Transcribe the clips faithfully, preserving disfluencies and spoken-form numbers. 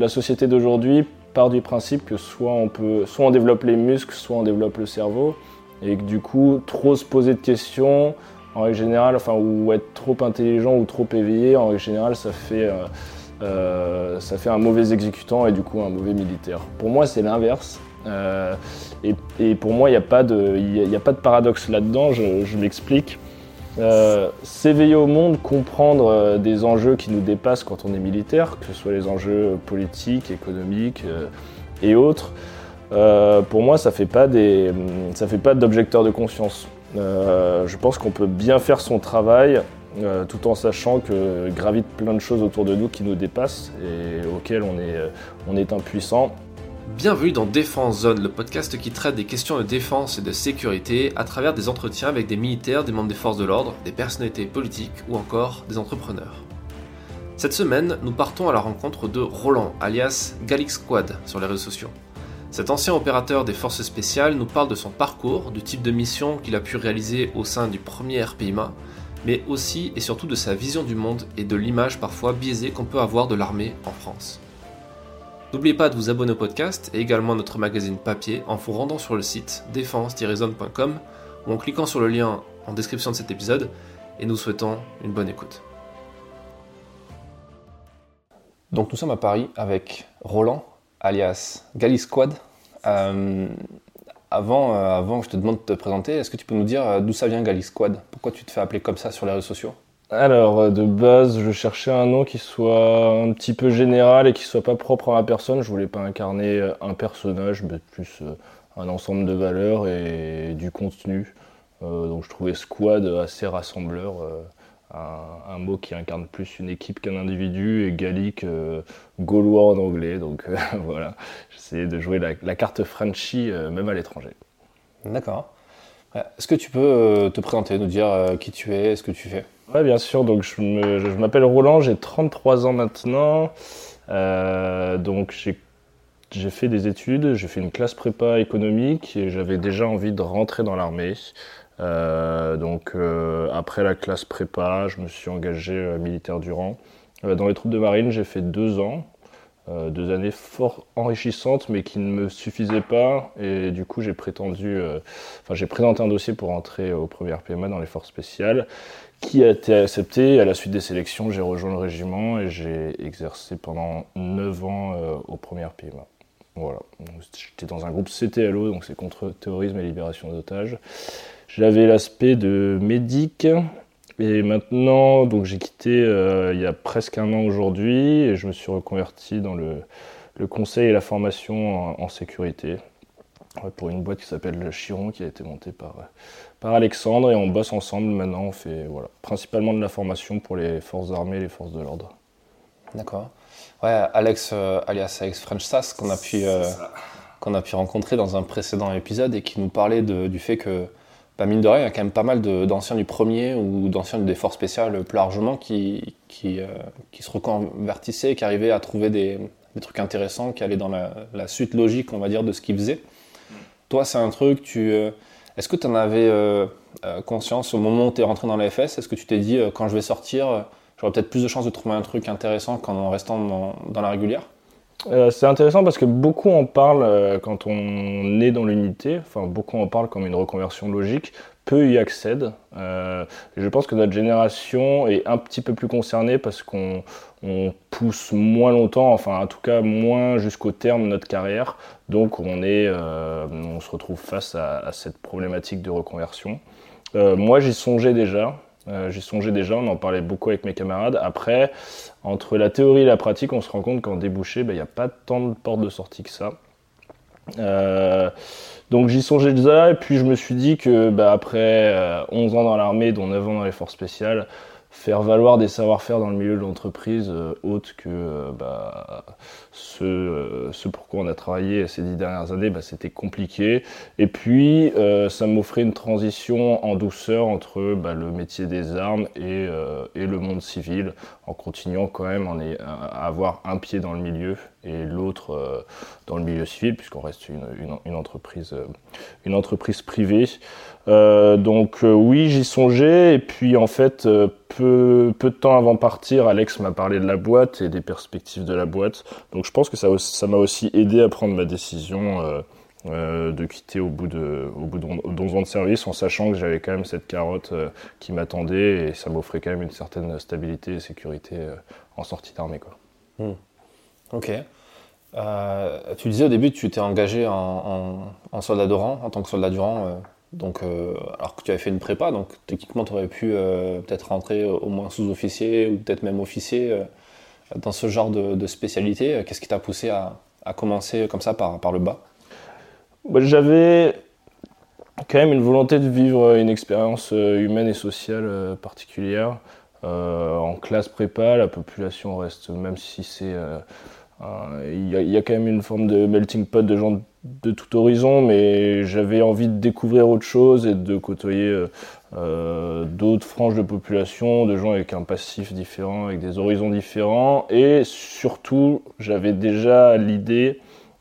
La société d'aujourd'hui part du principe que soit on, peut, soit on développe les muscles, soit on développe le cerveau. Et que du coup, trop se poser de questions, en règle générale, enfin, ou être trop intelligent ou trop éveillé, en règle générale, ça fait, euh, euh, ça fait un mauvais exécutant et du coup un mauvais militaire. Pour moi, c'est l'inverse. Euh, et, et pour moi, il n'y a, a, a pas de paradoxe là-dedans, je, je m'explique. Euh, s'éveiller au monde, comprendre euh, des enjeux qui nous dépassent quand on est militaire, que ce soit les enjeux politiques, économiques euh, et autres, euh, pour moi, ça fait pas des, ça fait pas d'objecteur de conscience. Euh, je pense qu'on peut bien faire son travail euh, tout en sachant que gravitent plein de choses autour de nous qui nous dépassent et auxquelles on est, on est impuissant. Bienvenue dans Défense Zone, le podcast qui traite des questions de défense et de sécurité à travers des entretiens avec des militaires, des membres des forces de l'ordre, des personnalités politiques ou encore des entrepreneurs. Cette semaine, nous partons à la rencontre de Roland, alias Galix Squad sur les réseaux sociaux. Cet ancien opérateur des forces spéciales nous parle de son parcours, du type de mission qu'il a pu réaliser au sein du premier R P I M A, mais aussi et surtout de sa vision du monde et de l'image parfois biaisée qu'on peut avoir de l'armée en France. N'oubliez pas de vous abonner au podcast et également à notre magazine papier en vous rendant sur le site défense tiret zone point com ou en cliquant sur le lien en description de cet épisode et nous souhaitons une bonne écoute. Donc nous sommes à Paris avec Roland, alias Galix Squad. Euh, avant, euh, avant que je te demande de te présenter, est-ce que tu peux nous dire euh, d'où ça vient Galix Squad ? Pourquoi tu te fais appeler comme ça sur les réseaux sociaux ? Alors, de base, je cherchais un nom qui soit un petit peu général et qui soit pas propre à ma personne. Je voulais pas incarner un personnage, mais plus un ensemble de valeurs et du contenu. Euh, donc je trouvais squad assez rassembleur, euh, un, un mot qui incarne plus une équipe qu'un individu, et Gallic, euh, gaulois en anglais. Donc euh, voilà, j'essayais de jouer la, la carte Frenchy, euh, même à l'étranger. D'accord. Est-ce que tu peux euh, te présenter, nous dire euh, qui tu es, ce que tu fais ? Ouais, bien sûr. Donc, je, me, je m'appelle Roland, j'ai trente-trois ans maintenant. Euh, donc, j'ai, j'ai fait des études, j'ai fait une classe prépa économique et j'avais déjà envie de rentrer dans l'armée. Euh, donc, euh, après la classe prépa, je me suis engagé euh, militaire du rang. Euh, dans les troupes de marine, j'ai fait deux ans. Euh, deux années fort enrichissantes mais qui ne me suffisaient pas et du coup j'ai prétendu, euh, enfin j'ai présenté un dossier pour entrer au premier R P I M A dans les forces spéciales qui a été accepté. À la suite des sélections, j'ai rejoint le régiment et j'ai exercé pendant neuf ans euh, au premier R P I M A. Voilà. Donc, j'étais dans un groupe C T L O, donc c'est contre-terrorisme et libération d'otages. J'avais l'aspect de médic. Et maintenant, donc j'ai quitté euh, il y a presque un an aujourd'hui et je me suis reconverti dans le, le conseil et la formation en, en sécurité ouais, pour une boîte qui s'appelle le Chiron qui a été montée par, par Alexandre et on bosse ensemble maintenant. On fait voilà, principalement de la formation pour les forces armées et les forces de l'ordre. D'accord. Ouais, Alex, euh, alias Alex French Sass, qu'on a pu, euh, qu'on a pu rencontrer dans un précédent épisode et qui nous parlait de, du fait que bah mine de rien, il y a quand même pas mal de, d'anciens du premier ou d'anciens des forces spéciales plus largement qui, qui, euh, qui se reconvertissaient et qui arrivaient à trouver des, des trucs intéressants, qui allaient dans la, la suite logique, on va dire, de ce qu'ils faisaient. Mm. Toi, c'est un truc, tu, euh, est-ce que tu en avais euh, euh, conscience au moment où tu es rentré dans la F S ? Est-ce que tu t'es dit, euh, quand je vais sortir, euh, j'aurai peut-être plus de chances de trouver un truc intéressant qu'en restant dans, dans la régulière ? Euh, c'est intéressant parce que beaucoup en parlent euh, quand on est dans l'unité, enfin beaucoup en parlent comme une reconversion logique, peu y accèdent. Euh, je pense que notre génération est un petit peu plus concernée parce qu'on on pousse moins longtemps, enfin en tout cas moins jusqu'au terme de notre carrière, donc on, est, euh, on se retrouve face à, à cette problématique de reconversion. Euh, moi j'y songeais déjà. Euh, j'y songeais déjà, on en parlait beaucoup avec mes camarades. Après, entre la théorie et la pratique, on se rend compte qu'en débouché, il bah, n'y a pas tant de portes de sortie que ça. Euh, donc j'y songeais déjà, et puis je me suis dit que bah, après euh, onze ans dans l'armée, dont neuf ans dans les forces spéciales, faire valoir des savoir-faire dans le milieu de l'entreprise euh, autre que euh, bah, ce, euh, ce pour quoi on a travaillé ces dix dernières années, bah, c'était compliqué. Et puis euh, ça m'offrait une transition en douceur entre bah, le métier des armes et, euh, et le monde civil. en continuant quand même en est, à avoir un pied dans le milieu et l'autre euh, dans le milieu civil, puisqu'on reste une, une, une, entreprise, euh, une entreprise privée. Euh, donc euh, oui, j'y songeais, et puis en fait, euh, peu, peu de temps avant de partir, Alex m'a parlé de la boîte et des perspectives de la boîte. Donc je pense que ça, ça m'a aussi aidé à prendre ma décision euh, euh, de quitter au bout de, au bout de onze ans de service, en sachant que j'avais quand même cette carotte euh, qui m'attendait, et ça m'offrait quand même une certaine stabilité et sécurité euh, en sortie d'armée, quoi. Mmh. Ok. Euh, tu disais au début que tu t'es engagé en, en, en soldat de rang, en tant que soldat du rang, euh, donc, euh, alors que tu avais fait une prépa, donc techniquement tu aurais pu euh, peut-être rentrer au moins sous-officier ou peut-être même officier euh, dans ce genre de, de spécialité. Qu'est-ce qui t'a poussé à, à commencer comme ça par, par le bas ? J'avais quand même une volonté de vivre une expérience humaine et sociale particulière. Euh, en classe prépa, la population reste, même si c'est... Euh, il euh, y, y a quand même une forme de melting pot de gens de, de tout horizon, mais j'avais envie de découvrir autre chose et de côtoyer euh, d'autres franges de population, de gens avec un passif différent, avec des horizons différents. Et surtout, j'avais déjà l'idée...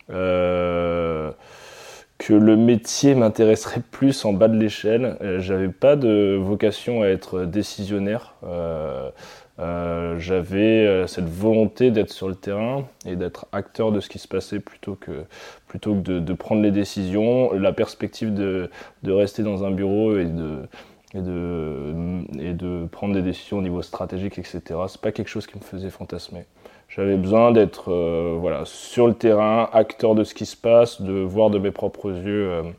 Euh, que le métier m'intéresserait plus en bas de l'échelle. Euh, j'avais pas de vocation à être décisionnaire. Euh, euh, j'avais euh, cette volonté d'être sur le terrain et d'être acteur de ce qui se passait plutôt que, plutôt que de, de prendre les décisions. La perspective de, de rester dans un bureau et de, et, de, et de prendre des décisions au niveau stratégique, et cetera, c'est pas quelque chose qui me faisait fantasmer. J'avais besoin d'être euh, voilà, sur le terrain, acteur de ce qui se passe, de voir de mes propres yeux euh,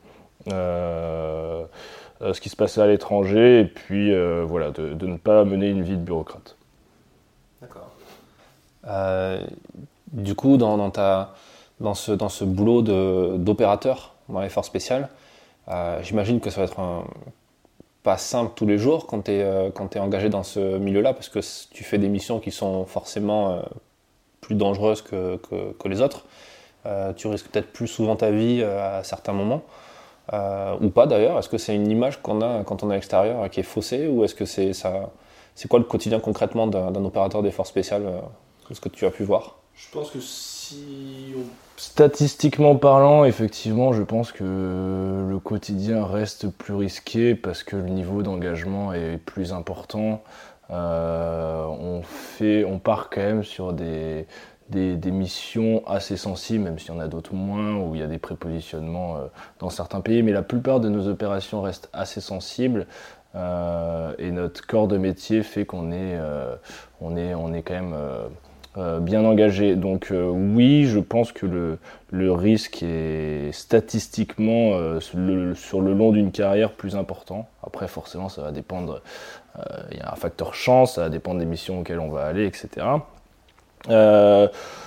euh, ce qui se passait à l'étranger, et puis euh, voilà, de, de ne pas mener une vie de bureaucrate. D'accord. Euh, du coup, dans, dans, ta, dans, ce, dans ce boulot de, d'opérateur dans les forces spéciales, euh, j'imagine que ça va être un, pas simple tous les jours quand tu es euh, quand tu es engagé dans ce milieu-là, parce que tu fais des missions qui sont forcément... Euh, plus dangereuse que, que, que les autres. Euh, tu risques peut-être plus souvent ta vie euh, à certains moments, euh, ou pas d'ailleurs. Est-ce que c'est une image qu'on a quand on est à l'extérieur qui est faussée, ou est-ce que c'est ça, c'est quoi le quotidien concrètement d'un, d'un opérateur des forces spéciales, euh, ce que tu as pu voir ? Je pense que si... Statistiquement parlant, effectivement, je pense que le quotidien reste plus risqué parce que le niveau d'engagement est plus important. Euh, on, fait, on part quand même sur des, des, des missions assez sensibles, même s'il y en a d'autres moins, où il y a des prépositionnements euh, dans certains pays, mais la plupart de nos opérations restent assez sensibles, euh, et notre corps de métier fait qu'on est, euh, on est, on est quand même euh, euh, bien engagé. Donc euh, oui, je pense que le, le risque est statistiquement euh, le, sur le long d'une carrière plus important. Après, forcément, ça va dépendre... Il euh, y a un facteur chance, ça va dépendre des missions auxquelles on va aller, et cetera. Euh,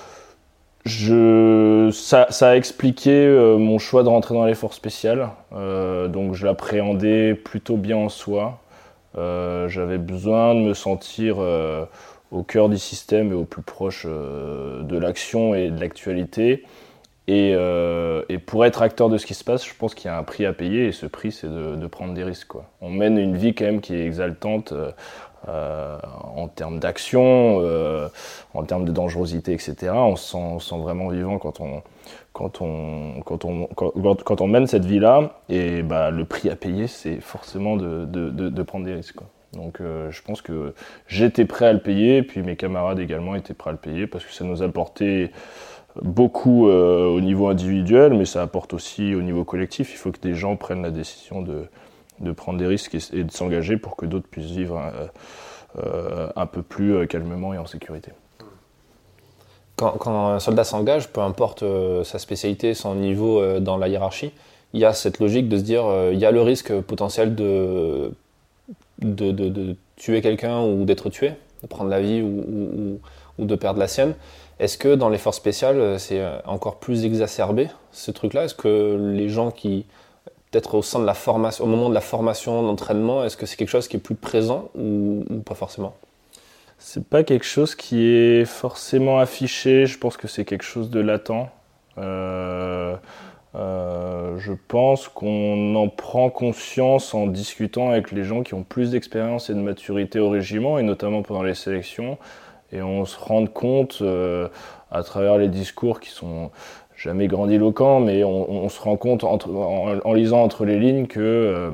je, ça, ça a expliqué euh, mon choix de rentrer dans les forces spéciales. Euh, donc je l'appréhendais plutôt bien en soi. Euh, j'avais besoin de me sentir euh, au cœur du système et au plus proche euh, de l'action et de l'actualité. Et, euh, et pour être acteur de ce qui se passe, je pense qu'il y a un prix à payer, et ce prix, c'est de, de prendre des risques, quoi. On mène une vie quand même qui est exaltante euh, euh, en termes d'action, euh, en termes de dangerosité, et cetera. On se sent, on se sent vraiment vivant quand on, quand on, quand on, quand, quand on mène cette vie-là. Et bah, le prix à payer, c'est forcément de, de, de, de prendre des risques, quoi. Donc euh, je pense que j'étais prêt à le payer, et puis mes camarades également étaient prêts à le payer, parce que ça nous apportait beaucoup euh, au niveau individuel, mais ça apporte aussi au niveau collectif. Il faut que des gens prennent la décision de, de prendre des risques et, et de s'engager pour que d'autres puissent vivre euh, euh, un peu plus euh, calmement et en sécurité. Quand, quand un soldat s'engage, peu importe euh, sa spécialité, son niveau euh, dans la hiérarchie, il y a cette logique de se dire euh, il y a le risque potentiel de, de, de, de tuer quelqu'un ou d'être tué, de prendre la vie ou, ou, ou de perdre la sienne. Est-ce que dans les forces spéciales, c'est encore plus exacerbé, ce truc-là ? Est-ce que les gens qui, peut-être au sein de la formation, au moment de la formation, d'entraînement, est-ce que c'est quelque chose qui est plus présent ou, ou pas forcément ? C'est pas quelque chose qui est forcément affiché, je pense que c'est quelque chose de latent. Euh, euh, je pense qu'on en prend conscience en discutant avec les gens qui ont plus d'expérience et de maturité au régiment, et notamment pendant les sélections. et on se rende compte euh, à travers les discours qui sont jamais grandiloquents, mais on, on se rend compte entre, en, en lisant entre les lignes que, euh,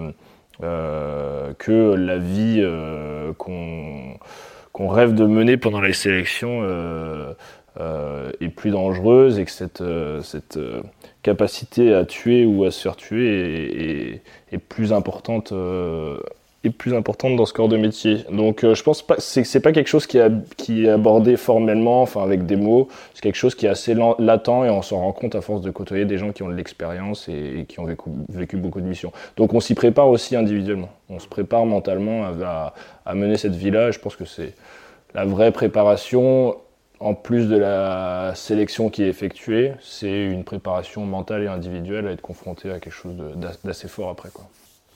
euh, que la vie euh, qu'on, qu'on rêve de mener pendant les sélections euh, euh, est plus dangereuse et que cette, euh, cette euh, capacité à tuer ou à se faire tuer est, est, est plus importante euh, est plus importante dans ce corps de métier. Donc euh, je pense pas c'est c'est pas quelque chose qui, a, qui est abordé formellement, enfin avec des mots. C'est quelque chose qui est assez lent, latent et on s'en rend compte à force de côtoyer des gens qui ont de l'expérience et, et qui ont vécu, vécu beaucoup de missions. Donc on s'y prépare aussi individuellement. On se prépare mentalement à, à, à mener cette vie-là. Et je pense que c'est la vraie préparation. En plus de la sélection qui est effectuée, c'est une préparation mentale et individuelle à être confronté à quelque chose de, d'assez fort après, quoi.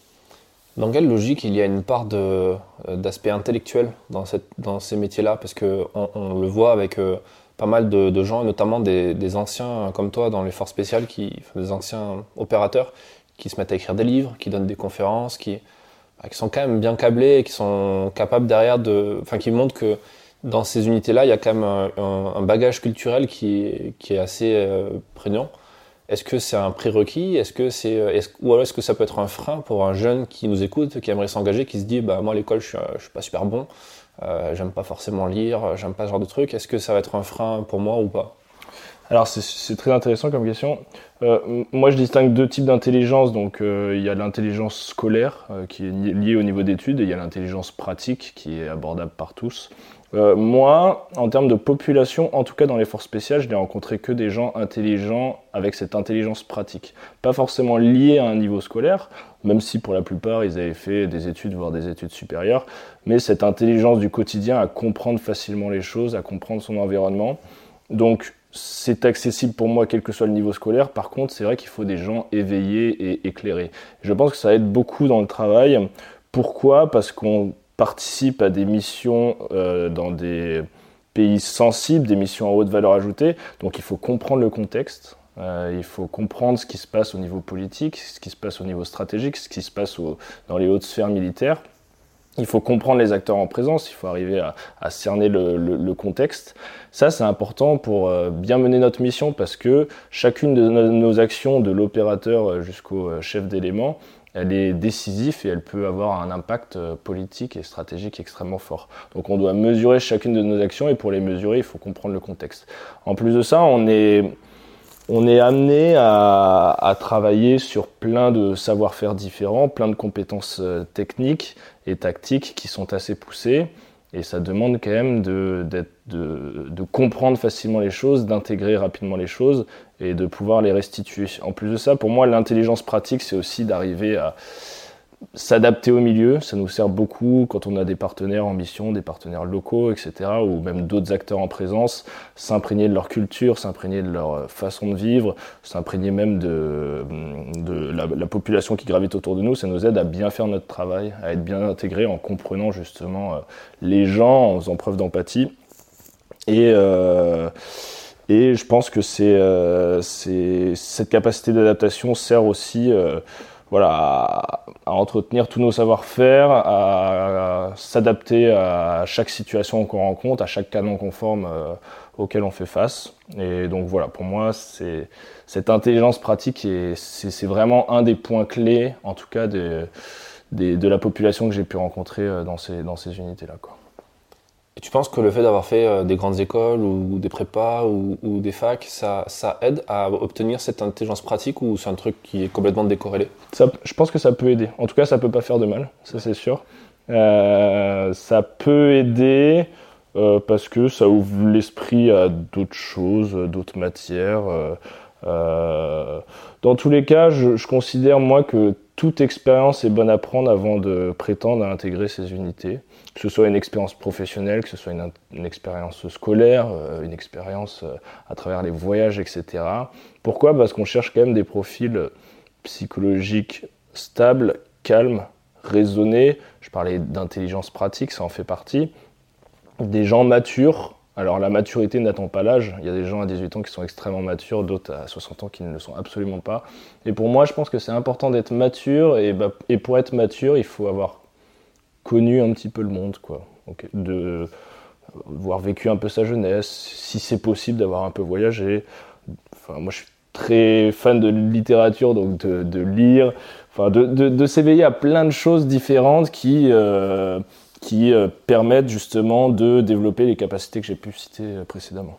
Dans quelle logique il y a une part de, d'aspect intellectuel dans, cette, dans ces métiers-là? Parce qu'on on le voit avec euh, pas mal de, de gens, notamment des, des anciens comme toi dans les forces spéciales, qui, enfin, des anciens opérateurs, qui se mettent à écrire des livres, qui donnent des conférences, qui, bah, qui sont quand même bien câblés et qui sont capables derrière de... Enfin, qui montrent que dans ces unités-là, il y a quand même un, un, un bagage culturel qui, qui est assez euh, prégnant. Est-ce que c'est un prérequis? Est-ce que c'est, est-ce, ou alors est-ce que ça peut être un frein pour un jeune qui nous écoute, qui aimerait s'engager, qui se dit bah, « moi à l'école je suis, je suis pas super bon, euh, j'aime pas forcément lire, j'aime pas ce genre de truc ». Est-ce que ça va être un frein pour moi ou pas? Alors c'est, c'est très intéressant comme question. Euh, moi je distingue deux types d'intelligence. Donc euh, il y a l'intelligence scolaire euh, qui est liée au niveau d'études et il y a l'intelligence pratique qui est abordable par tous. Euh, moi, en termes de population, en tout cas dans les forces spéciales, je n'ai rencontré que des gens intelligents avec cette intelligence pratique. Pas forcément liés à un niveau scolaire, même si pour la plupart ils avaient fait des études, voire des études supérieures, mais cette intelligence du quotidien à comprendre facilement les choses, à comprendre son environnement. Donc c'est accessible pour moi quel que soit le niveau scolaire. Par contre, c'est vrai qu'il faut des gens éveillés et éclairés. Je pense que ça aide beaucoup dans le travail. Pourquoi ? Parce qu'on participe à des missions euh, dans des pays sensibles, des missions à haute valeur ajoutée. Donc il faut comprendre le contexte, euh, il faut comprendre ce qui se passe au niveau politique, ce qui se passe au niveau stratégique, ce qui se passe au, dans les hautes sphères militaires. Il faut comprendre les acteurs en présence, il faut arriver à, à cerner le, le, le contexte. Ça, c'est important pour euh, bien mener notre mission parce que chacune de nos, nos actions, de l'opérateur jusqu'au chef d'élément, elle est décisive et elle peut avoir un impact politique et stratégique extrêmement fort. Donc on doit mesurer chacune de nos actions et pour les mesurer, il faut comprendre le contexte. En plus de ça, on est, on est amené à, à travailler sur plein de savoir-faire différents, plein de compétences techniques et tactiques qui sont assez poussées. Et ça demande quand même de, d'être, de, de comprendre facilement les choses, d'intégrer rapidement les choses et de pouvoir les restituer. En plus de ça, pour moi, l'intelligence pratique, c'est aussi d'arriver à s'adapter au milieu. Ça nous sert beaucoup quand on a des partenaires en mission, des partenaires locaux, et cetera, ou même d'autres acteurs en présence, s'imprégner de leur culture, s'imprégner de leur façon de vivre, s'imprégner même de, de la, la population qui gravite autour de nous. Ça nous aide à bien faire notre travail, à être bien intégrés en comprenant justement les gens, en faisant preuve d'empathie. Et... Euh, Et je pense que c'est, euh, c'est, cette capacité d'adaptation sert aussi euh, voilà, à, à entretenir tous nos savoir-faire, à, à s'adapter à chaque situation qu'on rencontre, à chaque canon conforme euh, auquel on fait face. Et donc voilà, pour moi, c'est, cette intelligence pratique, est, c'est, c'est vraiment un des points clés, en tout cas, des, des, de la population que j'ai pu rencontrer dans ces, dans ces unités-là, quoi. Et tu penses que le fait d'avoir fait euh, des grandes écoles ou des prépas ou, ou des facs, ça, ça aide à obtenir cette intelligence pratique ou c'est un truc qui est complètement décorrélé? Ça, je pense que ça peut aider. En tout cas, ça peut pas faire de mal, ça c'est sûr. Euh, ça peut aider euh, parce que ça ouvre l'esprit à d'autres choses, d'autres matières. Euh, euh, dans tous les cas, je, je considère moi que toute expérience est bonne à prendre avant de prétendre à intégrer ces unités. Que ce soit une expérience professionnelle, que ce soit une, une expérience scolaire, euh, une expérience euh, à travers les voyages, et cetera. Pourquoi ? Parce qu'on cherche quand même des profils psychologiques stables, calmes, raisonnés. Je parlais d'intelligence pratique, ça en fait partie. Des gens matures. Alors la maturité n'attend pas l'âge. Il y a des gens à dix-huit ans qui sont extrêmement matures, d'autres à soixante ans qui ne le sont absolument pas. Et pour moi, je pense que c'est important d'être mature. Et, bah, et pour être mature, il faut avoir connu un petit peu le monde, quoi. Donc, de, avoir vécu un peu sa jeunesse, si c'est possible d'avoir un peu voyagé. Enfin, moi, je suis très fan de littérature, donc de, de lire, enfin, de, de, de s'éveiller à plein de choses différentes qui, euh, qui euh, permettent justement de développer les capacités que j'ai pu citer précédemment.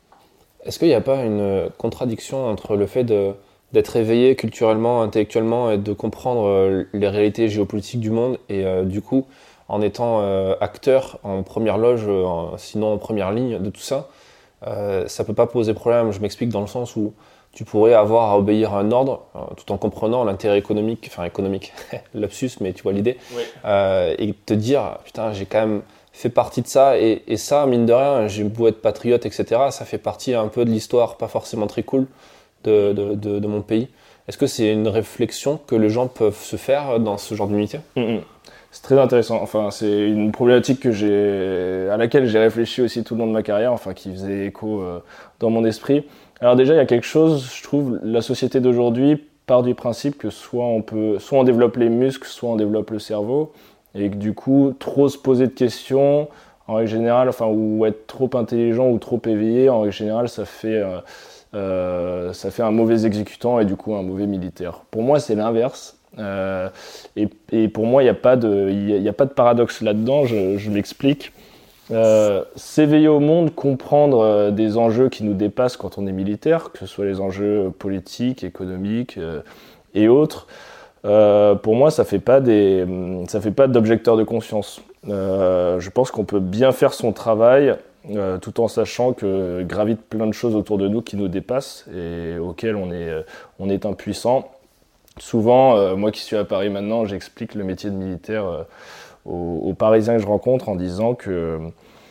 Est-ce qu'il n'y a pas une contradiction entre le fait de, d'être éveillé culturellement, intellectuellement et de comprendre les réalités géopolitiques du monde et euh, du coup, en étant euh, acteur en première loge, euh, sinon en première ligne de tout ça, euh, ça peut pas poser problème. Je m'explique dans le sens où tu pourrais avoir à obéir à un ordre euh, tout en comprenant l'intérêt économique, enfin économique, lapsus, mais tu vois l'idée, oui. euh, et te dire, putain, j'ai quand même fait partie de ça, et, et ça, mine de rien, j'ai beau être patriote, et cetera, ça fait partie un peu de l'histoire, pas forcément très cool, de, de, de, de mon pays. Est-ce que c'est une réflexion que les gens peuvent se faire dans ce genre d'unité ? Mmh. C'est très intéressant. Enfin, c'est une problématique que j'ai, à laquelle j'ai réfléchi aussi tout le long de ma carrière, enfin, qui faisait écho euh, dans mon esprit. Alors déjà, il y a quelque chose, je trouve, la société d'aujourd'hui part du principe que soit on peut, soit on développe les muscles, soit on développe le cerveau, et que du coup, trop se poser de questions, en règle générale, enfin, ou être trop intelligent ou trop éveillé, en règle générale, ça fait, euh, euh, ça fait un mauvais exécutant et du coup un mauvais militaire. Pour moi, c'est l'inverse. Euh, et, et pour moi, il n'y a pas de, il y a pas de paradoxe là-dedans. Je, je m'explique. Euh, s'éveiller au monde, comprendre euh, des enjeux qui nous dépassent quand on est militaire, que ce soit les enjeux politiques, économiques euh, et autres. Euh, pour moi, ça fait pas des, ça fait pas d'objecteur de conscience. Euh, je pense qu'on peut bien faire son travail euh, tout en sachant que gravitent plein de choses autour de nous qui nous dépassent et auxquelles on est, on est impuissant. Souvent, euh, moi qui suis à Paris maintenant, j'explique le métier de militaire euh, aux, aux Parisiens que je rencontre en disant que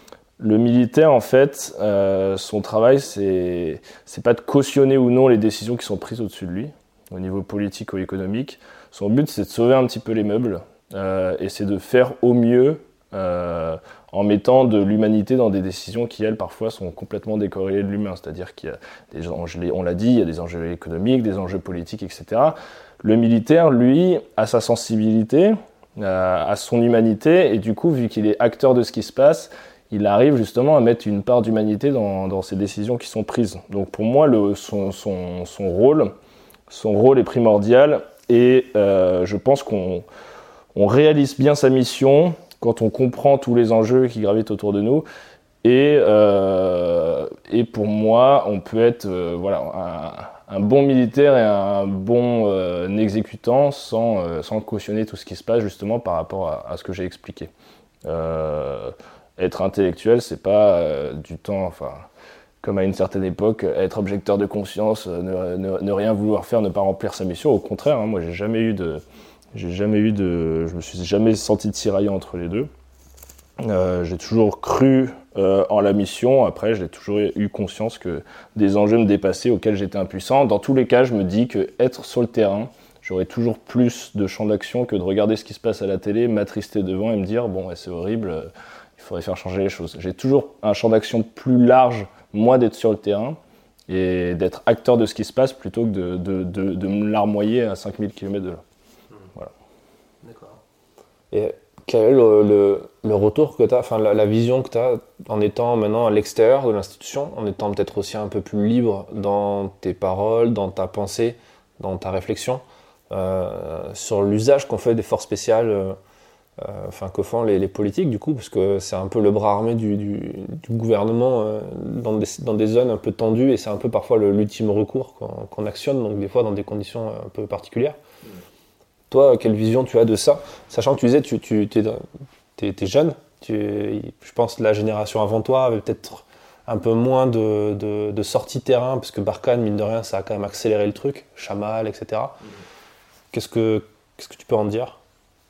le militaire, en fait, euh, son travail, c'est, c'est pas de cautionner ou non les décisions qui sont prises au-dessus de lui, au niveau politique ou économique. Son but, c'est de sauver un petit peu les meubles euh, et c'est de faire au mieux euh, en mettant de l'humanité dans des décisions qui, elles, parfois, sont complètement décorrélées de l'humain. C'est-à-dire qu'il y a des enjeux, on l'a dit, il y a des enjeux économiques, des enjeux politiques, et cetera. Le militaire, lui, a sa sensibilité, euh, a son humanité, et du coup, vu qu'il est acteur de ce qui se passe, il arrive justement à mettre une part d'humanité dans, dans ces décisions qui sont prises. Donc pour moi, le, son, son, son, rôle, son rôle est primordial, et euh, je pense qu'on on réalise bien sa mission quand on comprend tous les enjeux qui gravitent autour de nous. Et, euh, et pour moi, on peut être euh, voilà, un, un bon militaire et un bon euh, exécutant sans, euh, sans cautionner tout ce qui se passe justement par rapport à, à ce que j'ai expliqué. Euh, être intellectuel, c'est pas euh, du temps, enfin, comme à une certaine époque, être objecteur de conscience, ne, ne, ne rien vouloir faire, ne pas remplir sa mission. Au contraire, hein, moi j'ai jamais eu de, j'ai jamais eu de, je me suis jamais senti tiraillé entre les deux. Euh, j'ai toujours cru euh, en la mission. Après, j'ai toujours eu conscience que des enjeux me dépassaient auxquels j'étais impuissant. Dans tous les cas, je me dis que être sur le terrain, j'aurais toujours plus de champ d'action que de regarder ce qui se passe à la télé, m'attrister devant et me dire bon, ouais, c'est horrible, euh, il faudrait faire changer les choses. J'ai toujours un champ d'action plus large, moi, d'être sur le terrain et d'être acteur de ce qui se passe plutôt que de, de, de, de me larmoyer à cinq mille kilomètres de là. Mmh. Voilà. D'accord. Et quel est le, le, le retour que tu as, enfin la, la vision que tu as en étant maintenant à l'extérieur de l'institution, en étant peut-être aussi un peu plus libre dans tes paroles, dans ta pensée, dans ta réflexion, euh, sur l'usage qu'on fait des forces spéciales, euh, enfin que font les, les politiques du coup, parce que c'est un peu le bras armé du, du, du gouvernement euh, dans, des, dans des zones un peu tendues, et c'est un peu parfois le, l'ultime recours qu'on, qu'on actionne, donc des fois dans des conditions un peu particulières. Mmh. Toi, quelle vision tu as de ça ? Sachant que tu disais, tu, tu t'es, t'es, t'es jeune, tu, je pense que la génération avant toi avait peut-être un peu moins de, de, de sorties terrain, parce que Barkhane, mine de rien, ça a quand même accéléré le truc, Chamal, et cetera. Mmh. Qu'est-ce que, qu'est-ce que tu peux en dire ?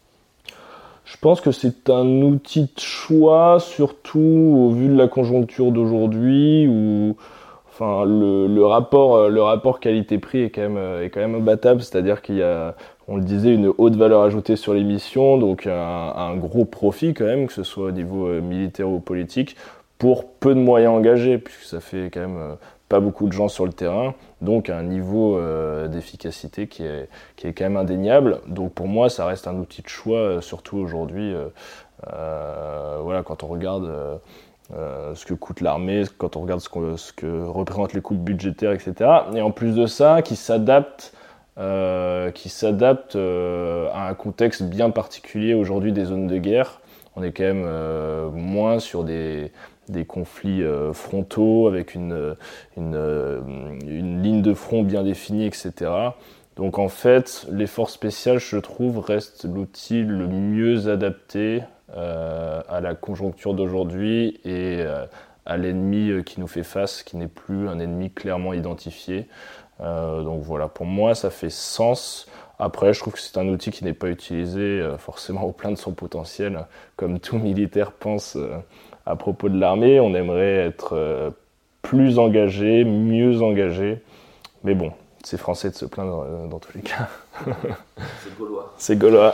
Je pense que c'est un outil de choix, surtout au vu de la conjoncture d'aujourd'hui, où enfin, le, le, rapport, le rapport qualité-prix est quand même, est quand même imbattable, c'est-à-dire qu'il y a, on le disait, une haute valeur ajoutée sur l'émission, donc un, un gros profit quand même, que ce soit au niveau militaire ou politique, pour peu de moyens engagés, puisque ça fait quand même pas beaucoup de gens sur le terrain, donc un niveau euh, d'efficacité qui est, qui est quand même indéniable. Donc pour moi, ça reste un outil de choix, surtout aujourd'hui, euh, euh, voilà, quand on regarde... Euh, euh, ce que coûte l'armée, quand on regarde ce, qu'on, ce que représentent les coûts budgétaires, et cetera. Et en plus de ça, qui s'adapte, euh, qui s'adapte euh, à un contexte bien particulier aujourd'hui des zones de guerre. On est quand même euh, moins sur des, des conflits euh, frontaux avec une, une, euh, une ligne de front bien définie, et cetera. Donc en fait, les forces spéciales, je trouve, restent l'outil le mieux adapté euh, à la conjoncture d'aujourd'hui et euh, à l'ennemi qui nous fait face, qui n'est plus un ennemi clairement identifié. Euh, donc voilà, pour moi, ça fait sens. Après, je trouve que c'est un outil qui n'est pas utilisé euh, forcément au plein de son potentiel. Comme tout militaire pense euh, à propos de l'armée, on aimerait être euh, plus engagé, mieux engagé. Mais bon, c'est français de se plaindre euh, dans tous les cas. C'est gaulois. C'est gaulois.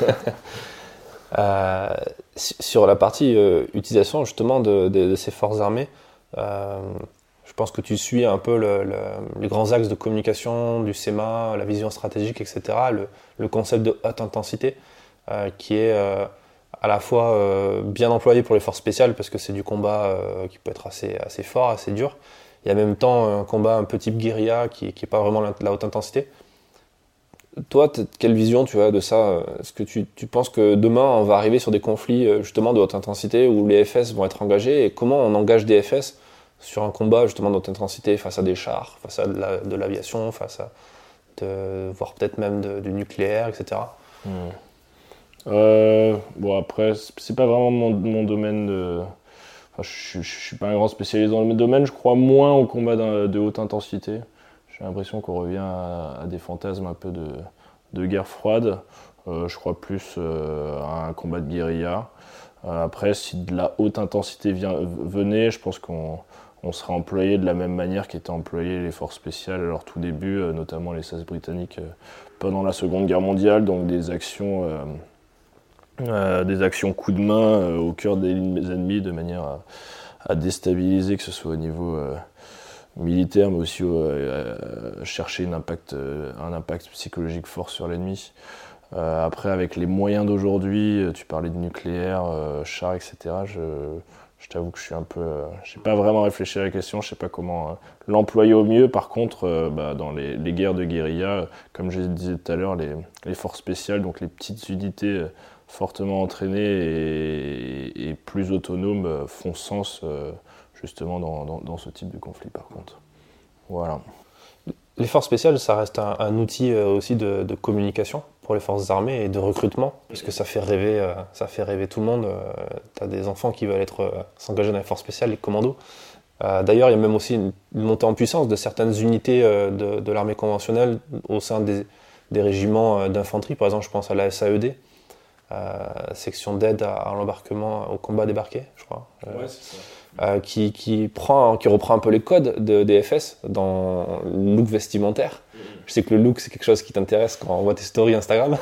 euh, sur la partie euh, utilisation justement de, de, de ces forces armées, euh, je pense que tu suis un peu le, le, les grands axes de communication du S E M A, la vision stratégique, et cetera, le, le concept de haute intensité euh, qui est euh, à la fois euh, bien employé pour les forces spéciales parce que c'est du combat euh, qui peut être assez, assez fort, assez dur. Il y a en même temps un combat un peu type guérilla qui n'est pas vraiment la, la haute intensité. Toi, quelle vision tu as de ça ? Est-ce que tu, tu penses que demain on va arriver sur des conflits justement de haute intensité où les F S vont être engagés et comment on engage des F S sur un combat justement de haute intensité face à des chars, face à de, la, de l'aviation, face à de, voire peut-être même de, du nucléaire, et cetera. Mmh. Euh, bon après, c'est pas vraiment mon, mon domaine de... Enfin, je, je suis pas un grand spécialiste dans le domaine, je crois moins au combat de haute intensité. J'ai l'impression qu'on revient à, à des fantasmes un peu de, de guerre froide. Euh, je crois plus euh, à un combat de guérilla. Euh, après, si de la haute intensité vient, venait, je pense qu'on on serait employé de la même manière qu'étaient employées les forces spéciales à leur tout début, euh, notamment les S A S britanniques euh, pendant la Seconde Guerre mondiale, donc des actions, euh, euh, des actions coup de main euh, au cœur des ennemis de manière à, à déstabiliser, que ce soit au niveau euh, militaire, mais aussi euh, à chercher une impact, euh, un impact psychologique fort sur l'ennemi. Euh, après, avec les moyens d'aujourd'hui, tu parlais de nucléaire, euh, chars, et cetera. Je, je t'avoue que je suis un peu, euh, j'ai pas vraiment réfléchi à la question. Je sais pas comment euh, l'employer au mieux. Par contre, euh, bah, dans les, les guerres de guérilla, comme je disais tout à l'heure, les, les forces spéciales, donc les petites unités euh, fortement entraînées et, et plus autonomes, euh, font sens euh, justement dans, dans, dans ce type de conflit. Par contre, voilà. Les forces spéciales, ça reste un, un outil euh, aussi de, de communication pour les forces armées et de recrutement, parce que ça fait rêver, euh, ça fait rêver tout le monde. Euh, tu as des enfants qui veulent être, euh, s'engager dans les forces spéciales, les commandos. Euh, d'ailleurs, il y a même aussi une, une montée en puissance de certaines unités euh, de, de l'armée conventionnelle au sein des, des régiments euh, d'infanterie. Par exemple, je pense à la S A E D, euh, section d'aide à, à l'embarquement au combat débarqué, je crois. Euh, ouais, c'est ça. Euh, qui, qui, prend, qui reprend un peu les codes de, des F S dans le look vestimentaire. Mmh. Je sais que le look, c'est quelque chose qui t'intéresse quand on voit tes stories Instagram.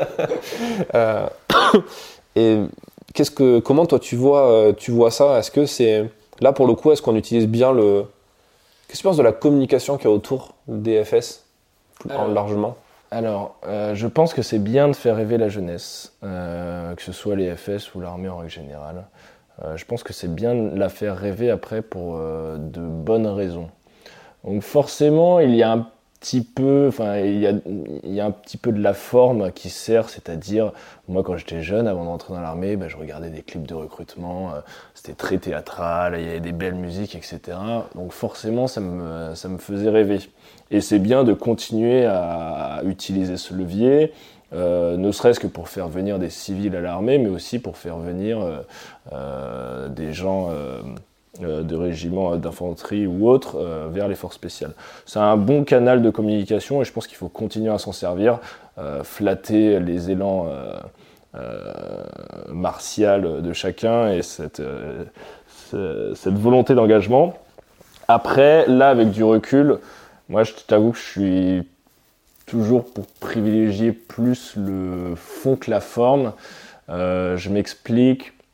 euh, et qu'est-ce que, comment toi tu vois, tu vois ça ? Est-ce que c'est... Là, pour le coup, est-ce qu'on utilise bien le... Qu'est-ce que tu penses de la communication qu'il y a autour des F S, alors, largement ? Alors, euh, je pense que c'est bien de faire rêver la jeunesse, euh, que ce soit les F S ou l'armée en règle générale. Euh, je pense que c'est bien de la faire rêver après pour euh, de bonnes raisons. Donc forcément, il y a un petit peu, enfin, il y a, il y a un petit peu de la forme qui sert, c'est-à-dire, moi quand j'étais jeune, avant d'entrer dans l'armée, ben, je regardais des clips de recrutement, euh, c'était très théâtral, il y avait des belles musiques, et cetera. Donc forcément, ça me, ça me faisait rêver. Et c'est bien de continuer à, à utiliser ce levier, Euh, ne serait-ce que pour faire venir des civils à l'armée, mais aussi pour faire venir euh, euh, des gens euh, euh, de régiments d'infanterie ou autres euh, vers les forces spéciales. C'est un bon canal de communication et je pense qu'il faut continuer à s'en servir, euh, flatter les élans euh, euh, martiaux de chacun et cette, euh, cette volonté d'engagement. Après, là, avec du recul, moi, je t'avoue que je suis toujours pour privilégier plus le fond que la forme. Euh, je m'explique.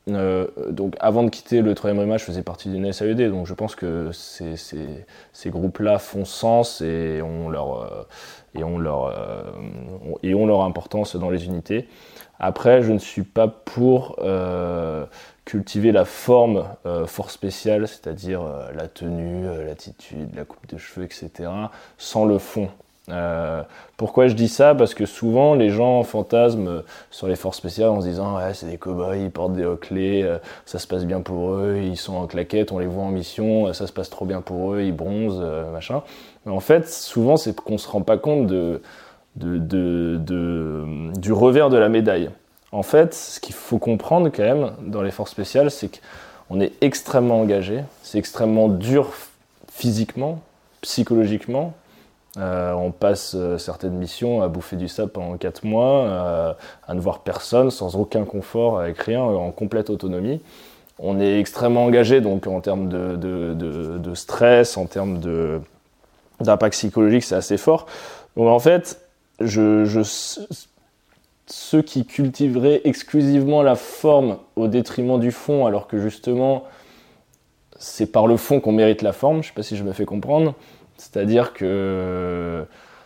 euh, donc avant de quitter le troisième Rima, je faisais partie d'une S A E D, donc je pense que ces, ces, ces groupes-là font sens et ont leur, euh, et ont leur, euh, et ont leur importance dans les unités. Après, je ne suis pas pour euh, cultiver la forme euh, force spéciale, c'est-à-dire euh, la tenue, euh, l'attitude, la coupe de cheveux, et cetera, sans le fond. Euh, pourquoi je dis ça? Parce que souvent les gens fantasment sur les forces spéciales en se disant ouais, c'est des cow-boys, ils portent des hauts-clés, euh, ça se passe bien pour eux, ils sont en claquette, on les voit en mission, ça se passe trop bien pour eux, ils bronzent, euh, machin. Mais en fait, souvent c'est qu'on se rend pas compte de, de, de, de, du revers de la médaille. En fait, ce qu'il faut comprendre quand même dans les forces spéciales, c'est qu'on est extrêmement engagé, c'est extrêmement dur physiquement, psychologiquement. Euh, on passe euh, certaines missions à bouffer du sable pendant quatre mois, euh, à ne voir personne, sans aucun confort, avec rien, en complète autonomie. On est extrêmement engagé donc en termes de, de, de, de stress, en termes de, d'impact psychologique, c'est assez fort. Donc en fait, je, je, ceux qui cultiveraient exclusivement la forme au détriment du fond, alors que justement, c'est par le fond qu'on mérite la forme, je ne sais pas si je me fais comprendre. C'est-à-dire que,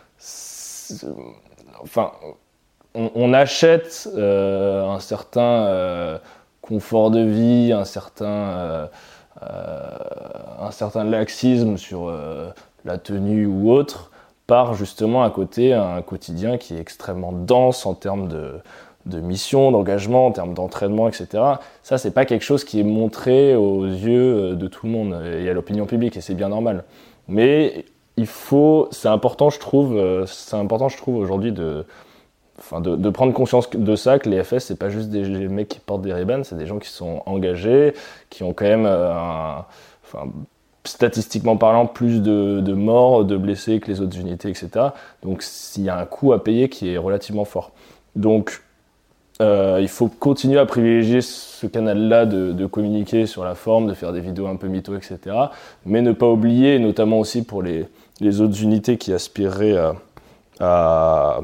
enfin, on, on achète euh, un certain euh, confort de vie, un certain, euh, euh, un certain laxisme sur euh, la tenue ou autre, par justement à côté un quotidien qui est extrêmement dense en termes de, de mission, d'engagement, en termes d'entraînement, et cetera. Ça, c'est pas quelque chose qui est montré aux yeux de tout le monde et à l'opinion publique, et c'est bien normal. Mais il faut, c'est important, je trouve, c'est important, je trouve aujourd'hui de, enfin de, de prendre conscience de ça, que les F S, c'est pas juste des, des mecs qui portent des Ray-Ban, c'est des gens qui sont engagés, qui ont quand même, un, enfin, statistiquement parlant, plus de, de morts, de blessés que les autres unités, et cetera. Donc, il y a un coût à payer qui est relativement fort. Donc, Euh, il faut continuer à privilégier ce canal-là de, de communiquer sur la forme, de faire des vidéos un peu mytho, et cetera. Mais ne pas oublier, notamment aussi pour les, les autres unités qui aspireraient à, à,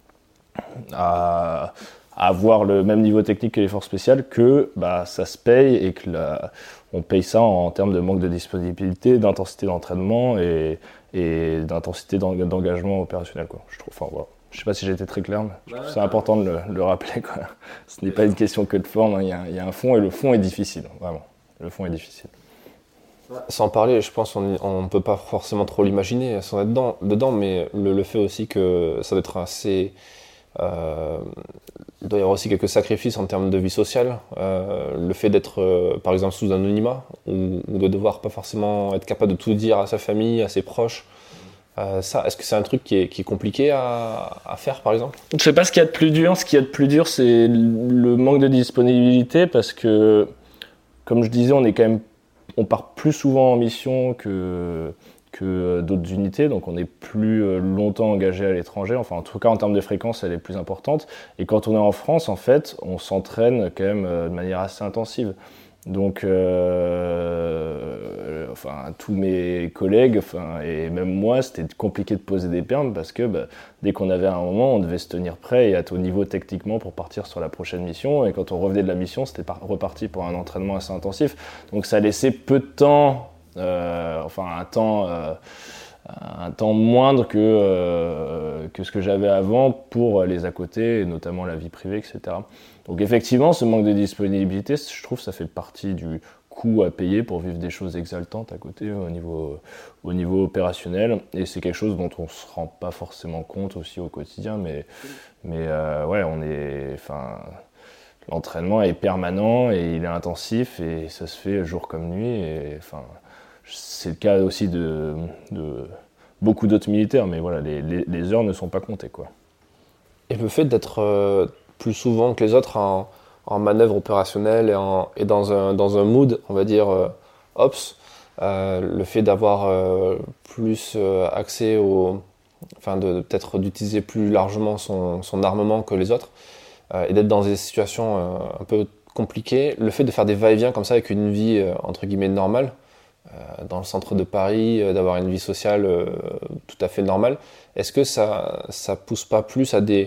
à, à avoir le même niveau technique que les forces spéciales, que bah, ça se paye et que la, on paye ça en, en termes de manque de disponibilité, d'intensité d'entraînement et, et d'intensité d'engagement opérationnel, quoi. Je trouve, enfin, voilà. Je ne sais pas si j'ai été très clair, mais je trouve que c'est important de le, le rappeler, quoi. Ce n'est pas une question que de forme, hein. il, y a, il y a un fond et le fond est difficile, vraiment. Le fond est difficile. Sans parler, je pense qu'on ne peut pas forcément trop l'imaginer sans être dedans, dedans mais le, le fait aussi que ça doit être assez... Euh, il doit y avoir aussi quelques sacrifices en termes de vie sociale. Euh, le fait d'être, euh, par exemple, sous anonymat, ou, ou de devoir pas forcément être capable de tout dire à sa famille, à ses proches. Euh, ça, est-ce que c'est un truc qui est, qui est compliqué à, à faire, par exemple? Je ne sais pas ce qu'il y a de plus dur. Ce qu'il y a de plus dur, c'est le manque de disponibilité, parce que, comme je disais, on est quand même, on part plus souvent en mission que, que d'autres unités, donc on est plus longtemps engagé à l'étranger. Enfin, en tout cas, en termes de fréquence, elle est plus importante. Et quand on est en France, en fait, on s'entraîne quand même de manière assez intensive. Donc, euh, enfin, tous mes collègues, enfin, et même moi, c'était compliqué de poser des permes parce que bah, dès qu'on avait un moment, on devait se tenir prêt et être au niveau techniquement pour partir sur la prochaine mission. Et quand on revenait de la mission, c'était par- reparti pour un entraînement assez intensif. Donc, ça laissait peu de temps, euh, enfin, un temps, euh, un temps moindre que, euh, que ce que j'avais avant pour les à côté, et notamment la vie privée, et cetera. Donc effectivement, ce manque de disponibilité, je trouve que ça fait partie du coût à payer pour vivre des choses exaltantes à côté au niveau, au niveau opérationnel. Et c'est quelque chose dont on ne se rend pas forcément compte aussi au quotidien. Mais, mais euh, ouais, on est, enfin, l'entraînement est permanent et il est intensif et ça se fait jour comme nuit. Et, enfin, c'est le cas aussi de, de beaucoup d'autres militaires, mais voilà, les, les, les heures ne sont pas comptées, quoi. Et le fait d'être... Euh... plus souvent que les autres en, en manœuvre opérationnelle et, en, et dans, un, dans un mood, on va dire, euh, ops, euh, le fait d'avoir euh, plus euh, accès au... Enfin, de, de, peut-être d'utiliser plus largement son, son armement que les autres, euh, et d'être dans des situations euh, un peu compliquées, le fait de faire des va-et-vient comme ça avec une vie, euh, entre guillemets, normale, euh, dans le centre de Paris, euh, d'avoir une vie sociale euh, tout à fait normale, est-ce que ça ça pousse pas plus à des...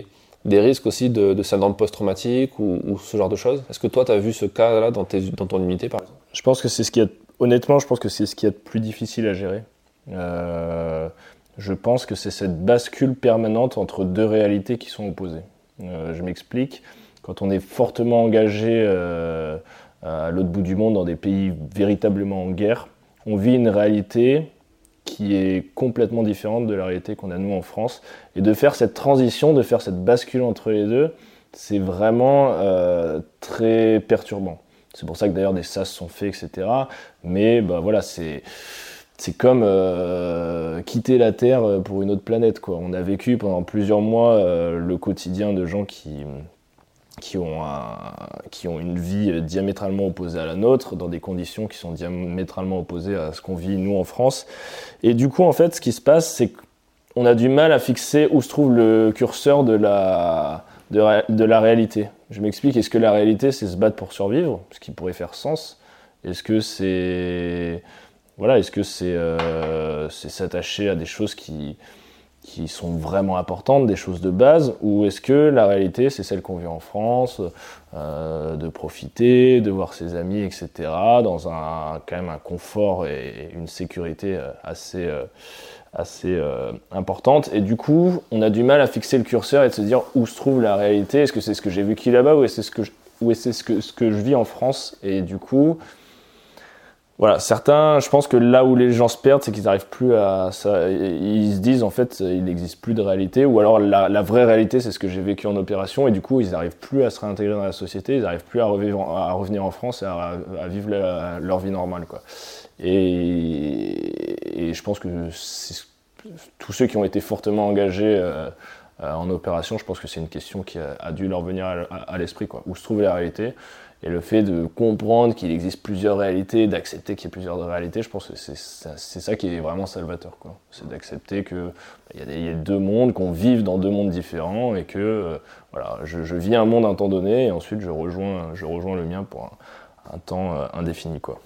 des risques aussi de, de syndrome post-traumatique ou, ou ce genre de choses. Est-ce que toi, tu as vu ce cas-là dans, tes, dans ton unité, par exemple? Je pense que c'est ce qui est, honnêtement, je pense que c'est ce qui est le plus difficile à gérer. Euh, je pense que c'est cette bascule permanente entre deux réalités qui sont opposées. Euh, je m'explique. Quand on est fortement engagé euh, à l'autre bout du monde, dans des pays véritablement en guerre, on vit une réalité qui est complètement différente de la réalité qu'on a nous en France. Et de faire cette transition, de faire cette bascule entre les deux, c'est vraiment euh, très perturbant. C'est pour ça que d'ailleurs des sas sont faits, et cetera. Mais bah, voilà, c'est, c'est comme euh, quitter la Terre pour une autre planète, quoi. On a vécu pendant plusieurs mois euh, le quotidien de gens qui... Qui ont, un, qui ont une vie diamétralement opposée à la nôtre, dans des conditions qui sont diamétralement opposées à ce qu'on vit nous en France. Et du coup, en fait, ce qui se passe, c'est qu'on a du mal à fixer où se trouve le curseur de la, de, de la réalité. Je m'explique, est-ce que la réalité, c'est se battre pour survivre, ce qui pourrait faire sens? Est-ce que c'est... Voilà, est-ce que c'est, euh, c'est s'attacher à des choses qui... qui sont vraiment importantes, des choses de base, ou est-ce que la réalité, c'est celle qu'on vit en France, euh, de profiter, de voir ses amis, et cetera, dans un, quand même un confort et une sécurité assez, euh, assez euh, importante. Et du coup, on a du mal à fixer le curseur et de se dire où se trouve la réalité. Est-ce que c'est ce que j'ai vécu là-bas, ou est-ce, ce que je, ou est-ce ce que, ce que je vis en France? Et du coup... Voilà, certains, je pense que là où les gens se perdent, c'est qu'ils n'arrivent plus à ça. Ils se disent en fait, il n'existe plus de réalité, ou alors la, la vraie réalité, c'est ce que j'ai vécu en opération, et du coup, ils n'arrivent plus à se réintégrer dans la société, ils n'arrivent plus à, revivre, à revenir en France et à, à vivre la, leur vie normale, quoi. Et, et je pense que c'est, tous ceux qui ont été fortement engagés euh, en opération, je pense que c'est une question qui a, a dû leur venir à, à, à l'esprit, quoi. Où se trouve la réalité? Et le fait de comprendre qu'il existe plusieurs réalités, d'accepter qu'il y ait plusieurs réalités, je pense que c'est, c'est, c'est ça qui est vraiment salvateur, quoi. C'est d'accepter qu'il y, y a deux mondes, qu'on vive dans deux mondes différents, et que euh, voilà, je, je vis un monde un temps donné, et ensuite je rejoins, je rejoins le mien pour un, un temps euh, indéfini, quoi.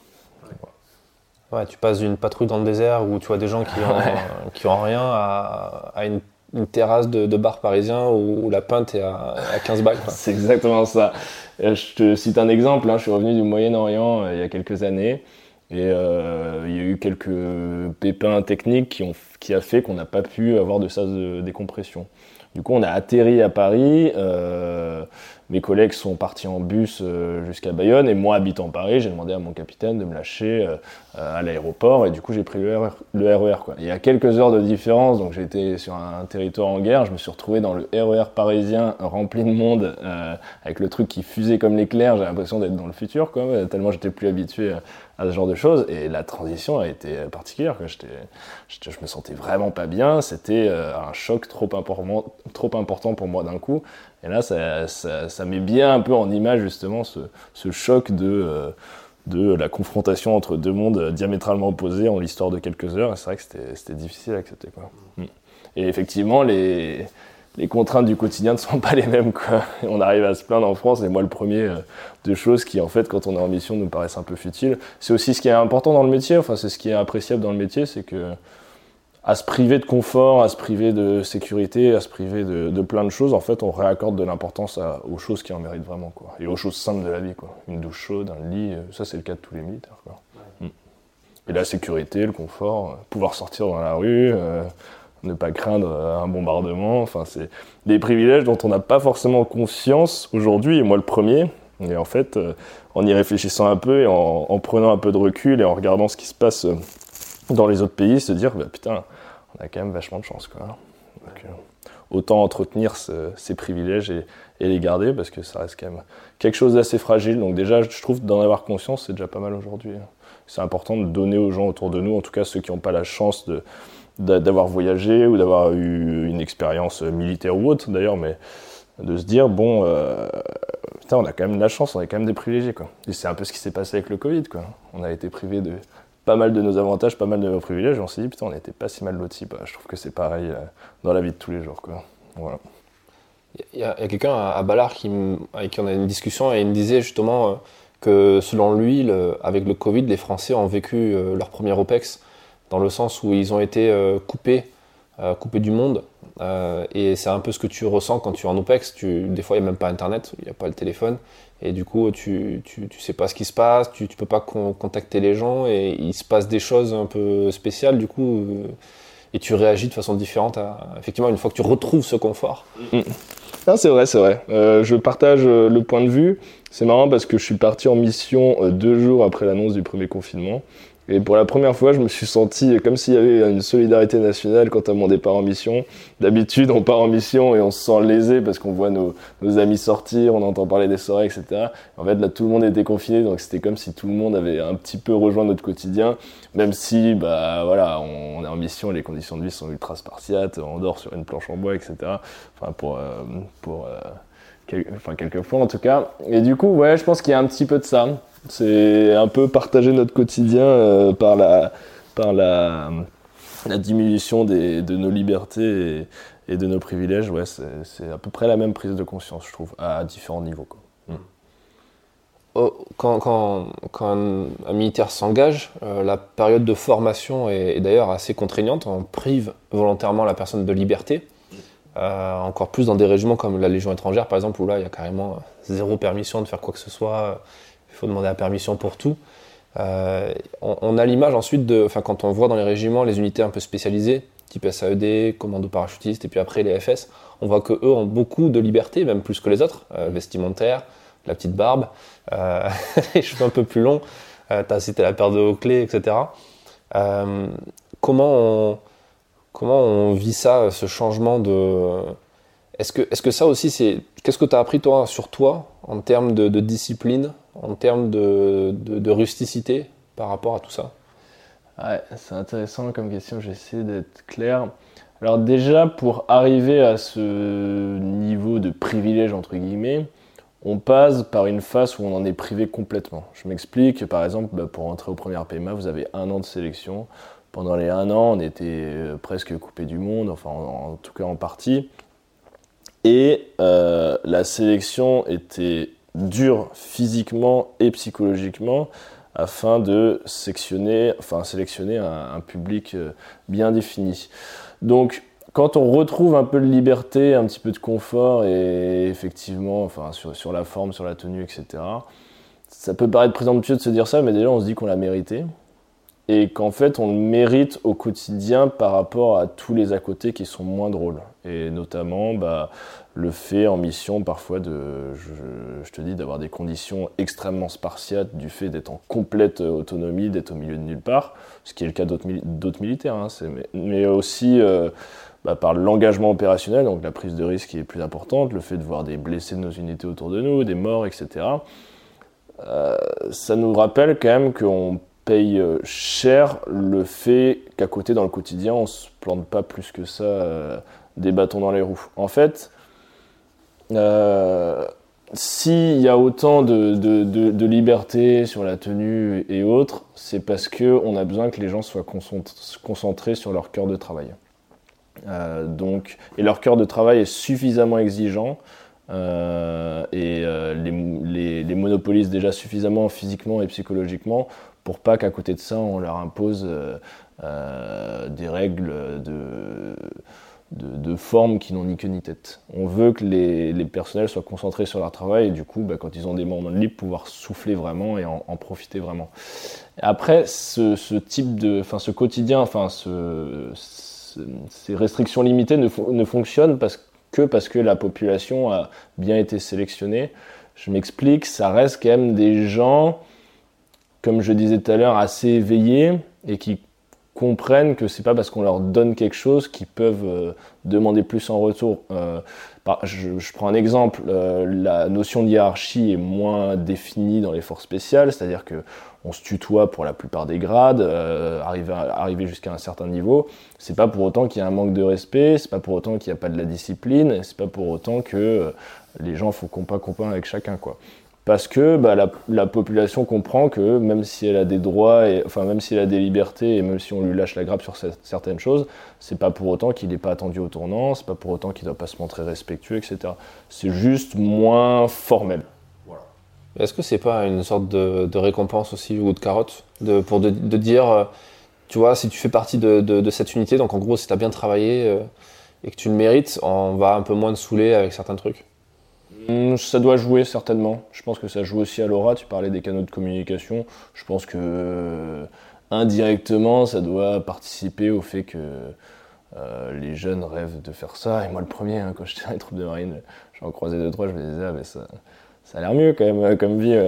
Ouais, tu passes d'une patrouille dans le désert où tu vois des gens qui ont, ouais. qui ont rien à, à une, une terrasse de, de bar parisien où, où la pinte est à, à quinze balles, quoi. C'est exactement ça. Je te cite un exemple, hein, je suis revenu du Moyen-Orient euh, il y a quelques années et euh, il y a eu quelques pépins techniques qui ont qui a fait qu'on n'a pas pu avoir de sas de décompression. Du coup, on a atterri à Paris, euh, mes collègues sont partis en bus euh, jusqu'à Bayonne et moi, habitant Paris, j'ai demandé à mon capitaine de me lâcher euh, à l'aéroport et du coup, j'ai pris le, R- le R E R, quoi. Il y a quelques heures de différence, donc j'étais sur un, un territoire en guerre, je me suis retrouvé dans le R E R parisien rempli de monde euh, avec le truc qui fusait comme l'éclair, j'ai l'impression d'être dans le futur, quoi, tellement j'étais plus habitué à, à ce genre de choses et la transition a été particulière, quoi. J'étais, j'étais, je me sentais vraiment pas bien, c'était euh, un choc trop important, trop important pour moi d'un coup. Et là, ça, ça, ça met bien un peu en image justement ce, ce choc de, euh, de la confrontation entre deux mondes diamétralement opposés en l'histoire de quelques heures. Et c'est vrai que c'était, c'était difficile à accepter, quoi. Et effectivement, les, les contraintes du quotidien ne sont pas les mêmes, quoi. On arrive à se plaindre en France, et moi le premier, euh, de choses qui, en fait, quand on est en mission, nous paraissent un peu futiles. C'est aussi ce qui est important dans le métier, enfin, c'est ce qui est appréciable dans le métier, c'est que à se priver de confort, à se priver de sécurité, à se priver de, de plein de choses, en fait, on réaccorde de l'importance à, aux choses qui en méritent vraiment, quoi. Et aux choses simples de la vie, quoi. Une douche chaude, un lit, ça c'est le cas de tous les militaires, quoi. Ouais. Et la sécurité, le confort, pouvoir sortir dans la rue, euh, ne pas craindre un bombardement, enfin, c'est des privilèges dont on n'a pas forcément conscience aujourd'hui, et moi le premier. Et en fait, euh, en y réfléchissant un peu et en, en prenant un peu de recul et en regardant ce qui se passe euh, dans les autres pays, se dire, bah, putain, on a quand même vachement de chance, quoi. Donc, euh, autant entretenir ce, ces privilèges et, et les garder, parce que ça reste quand même quelque chose d'assez fragile. Donc déjà, je trouve d'en avoir conscience, c'est déjà pas mal aujourd'hui. C'est important de donner aux gens autour de nous, en tout cas ceux qui n'ont pas la chance de, d'avoir voyagé ou d'avoir eu une expérience militaire ou autre d'ailleurs, mais de se dire, bon, euh, putain, on a quand même de la chance, on est quand même des privilégiés, quoi. Et c'est un peu ce qui s'est passé avec le Covid, quoi. On a été privés de pas mal de nos avantages, pas mal de nos privilèges, et on s'est dit, putain, on n'était pas si mal lotis. Bah, je trouve que c'est pareil euh, dans la vie de tous les jours, quoi. Voilà. Il y a, il y a quelqu'un à Ballard qui, avec qui on a une discussion et il me disait justement euh, que selon lui, le, avec le Covid, les Français ont vécu euh, leur premier OPEX, dans le sens où ils ont été euh, coupés, euh, coupés du monde, Euh, et c'est un peu ce que tu ressens quand tu es en OPEX. Tu, des fois, il n'y a même pas Internet, il n'y a pas le téléphone. Et du coup, tu tu, tu sais pas ce qui se passe, tu ne peux pas con- contacter les gens. Et il se passe des choses un peu spéciales, du coup. Euh, et tu réagis de façon différente. À, effectivement, une fois que tu retrouves ce confort. Mmh. Non, c'est vrai, c'est vrai. Euh, je partage euh, le point de vue. C'est marrant parce que je suis parti en mission euh, deux jours après l'annonce du premier confinement. Et pour la première fois, je me suis senti comme s'il y avait une solidarité nationale quant à mon départ en mission. D'habitude, on part en mission et on se sent lésé parce qu'on voit nos, nos amis sortir, on entend parler des soirées, et cetera. En fait, là, tout le monde était confiné, donc c'était comme si tout le monde avait un petit peu rejoint notre quotidien, même si, bah, voilà, on, on est en mission, les conditions de vie sont ultra spartiates, on dort sur une planche en bois, et cetera. Enfin, pour, euh, pour, euh, quel, enfin, quelques fois en tout cas. Et du coup, ouais, je pense qu'il y a un petit peu de ça. C'est un peu partager notre quotidien euh, par la, par la, la diminution des, de nos libertés et, et de nos privilèges. Ouais, c'est, c'est à peu près la même prise de conscience, je trouve, à différents niveaux, quoi. Mm. Oh, quand, quand, quand un, un militaire s'engage, euh, la période de formation est, est d'ailleurs assez contraignante. On prive volontairement la personne de liberté. Euh, encore plus dans des régiments comme la Légion étrangère, par exemple, où là, il y a carrément zéro permission de faire quoi que ce soit. Il faut demander la permission pour tout. Euh, on, on a l'image ensuite de, enfin, quand on voit dans les régiments les unités un peu spécialisées, type S A E D, commando parachutiste, et puis après les F S, on voit qu'eux ont beaucoup de liberté, même plus que les autres, euh, vestimentaire, la petite barbe, euh, les cheveux un peu plus longs, euh, tu as cité la paire de hauts clés, et cetera. Euh, comment, on, comment on vit ça, ce changement de... Est-ce que, est-ce que ça aussi, c'est... Qu'est-ce que tu as appris toi sur toi en termes de, de discipline, en termes de, de, de rusticité par rapport à tout ça? Ouais, c'est intéressant comme question, j'essaie d'être clair. Alors déjà, pour arriver à ce niveau de privilège, entre guillemets, on passe par une phase où on en est privé complètement. Je m'explique, par exemple, bah, pour entrer au premier P M A, vous avez un an de sélection. Pendant les un an, on était presque coupé du monde, enfin en, en tout cas en partie. Et euh, la sélection était dure physiquement et psychologiquement afin de sectionner, enfin, sélectionner un, un public bien défini. Donc, quand on retrouve un peu de liberté, un petit peu de confort et effectivement, enfin, sur, sur la forme, sur la tenue, et cetera, ça peut paraître présomptueux de se dire ça, mais déjà on se dit qu'on l'a mérité. Et qu'en fait, on le mérite au quotidien par rapport à tous les à côté qui sont moins drôles. Et notamment, bah, le fait en mission, parfois, de, je, je te dis, d'avoir des conditions extrêmement spartiates, du fait d'être en complète autonomie, d'être au milieu de nulle part, ce qui est le cas d'autres, d'autres militaires, hein, c'est, mais, mais aussi euh, bah, par l'engagement opérationnel, donc la prise de risque qui est plus importante, le fait de voir des blessés de nos unités autour de nous, des morts, et cetera. Euh, ça nous rappelle quand même qu'on paye cher le fait qu'à côté, dans le quotidien, on se plante pas plus que ça euh, des bâtons dans les roues. En fait, euh, s'il y a autant de, de, de, de liberté sur la tenue et autres, c'est parce qu'on a besoin que les gens soient concentrés sur leur cœur de travail. Euh, donc, et leur cœur de travail est suffisamment exigeant euh, et euh, les, les, les monopolise déjà suffisamment physiquement et psychologiquement pour pas qu'à côté de ça, on leur impose euh, euh, des règles de, de, de forme qui n'ont ni queue ni tête. On veut que les, les personnels soient concentrés sur leur travail et du coup, bah, quand ils ont des moments de libre, pouvoir souffler vraiment et en, en profiter vraiment. Après, ce, ce type de, enfin, ce quotidien, enfin, ce, ce, ces restrictions limitées ne, ne fonctionnent parce, que parce que la population a bien été sélectionnée. Je m'explique, ça reste quand même des gens, comme je disais tout à l'heure, assez éveillés et qui comprennent que c'est pas parce qu'on leur donne quelque chose qu'ils peuvent euh, demander plus en retour. Euh, par, je, je prends un exemple, euh, la notion de hiérarchie est moins définie dans les forces spéciales, c'est-à-dire que on se tutoie pour la plupart des grades, euh, arriver, à, arriver jusqu'à un certain niveau. C'est pas pour autant qu'il y a un manque de respect, c'est pas pour autant qu'il n'y a pas de la discipline, c'est pas pour autant que euh, les gens font compas-compas avec chacun, quoi. Parce que bah, la, la population comprend que même si elle a des droits, et, enfin même si elle a des libertés et même si on lui lâche la grappe sur cette, certaines choses, c'est pas pour autant qu'il n'est pas attendu au tournant, c'est pas pour autant qu'il ne doit pas se montrer respectueux, et cetera. C'est juste moins formel. Voilà. Est-ce que c'est pas une sorte de, de récompense aussi ou de carotte de, pour de, de dire, tu vois, si tu fais partie de, de, de cette unité, donc en gros si tu as bien travaillé, euh, et que tu le mérites, on va un peu moins te saouler avec certains trucs? Ça doit jouer certainement. Je pense que ça joue aussi à l'aura. Tu parlais des canaux de communication. Je pense que euh, indirectement, ça doit participer au fait que euh, les jeunes rêvent de faire ça. Et moi, le premier, hein, quand j'étais dans les troupes de marine, j'en croisais deux trois, je me disais ah mais ça, ça a l'air mieux quand même comme vie.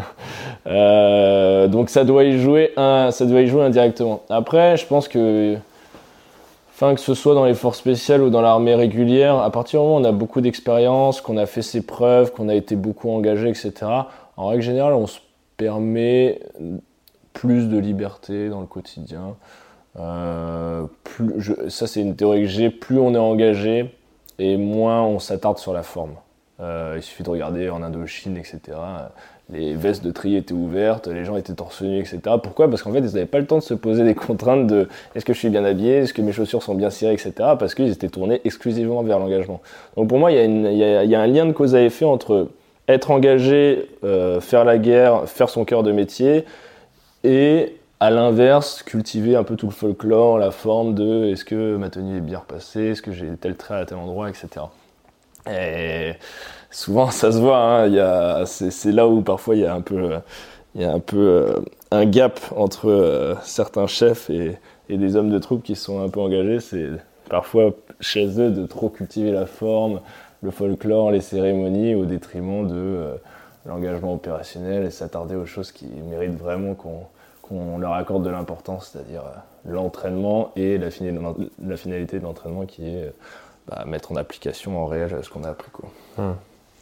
euh, donc ça doit y jouer, un, ça doit y jouer indirectement. Après, je pense que Enfin, que ce soit dans les forces spéciales ou dans l'armée régulière, à partir du moment où on a beaucoup d'expérience, qu'on a fait ses preuves, qu'on a été beaucoup engagé, et cetera, en règle générale, on se permet plus de liberté dans le quotidien. Euh, plus, je, ça, c'est une théorie que j'ai. Plus on est engagé et moins on s'attarde sur la forme. Euh, il suffit de regarder en Indochine, et cetera. Les vestes de tri étaient ouvertes, les gens étaient torse nu, et cetera. Pourquoi ? Parce qu'en fait, ils n'avaient pas le temps de se poser des contraintes de est-ce que je suis bien habillé, est-ce que mes chaussures sont bien cirées, et cetera. Parce qu'ils étaient tournés exclusivement vers l'engagement. Donc pour moi, il y a, une, il y a, il y a un lien de cause à effet entre être engagé, euh, faire la guerre, faire son cœur de métier, et à l'inverse, cultiver un peu tout le folklore, la forme de est-ce que ma tenue est bien repassée, est-ce que j'ai tel trait à tel endroit, et cetera. Et souvent ça se voit, hein, il y a, c'est, c'est là où parfois il y a un peu, il y a un, peu euh, un gap entre euh, certains chefs et, et des hommes de troupe qui sont un peu engagés. C'est parfois chez eux de trop cultiver la forme, le folklore, les cérémonies au détriment de euh, l'engagement opérationnel et s'attarder aux choses qui méritent vraiment qu'on, qu'on leur accorde de l'importance, c'est-à-dire euh, l'entraînement et la, fina- la finalité de l'entraînement qui est euh, bah, mettre en application en réel ce qu'on a appris, quoi. Hum.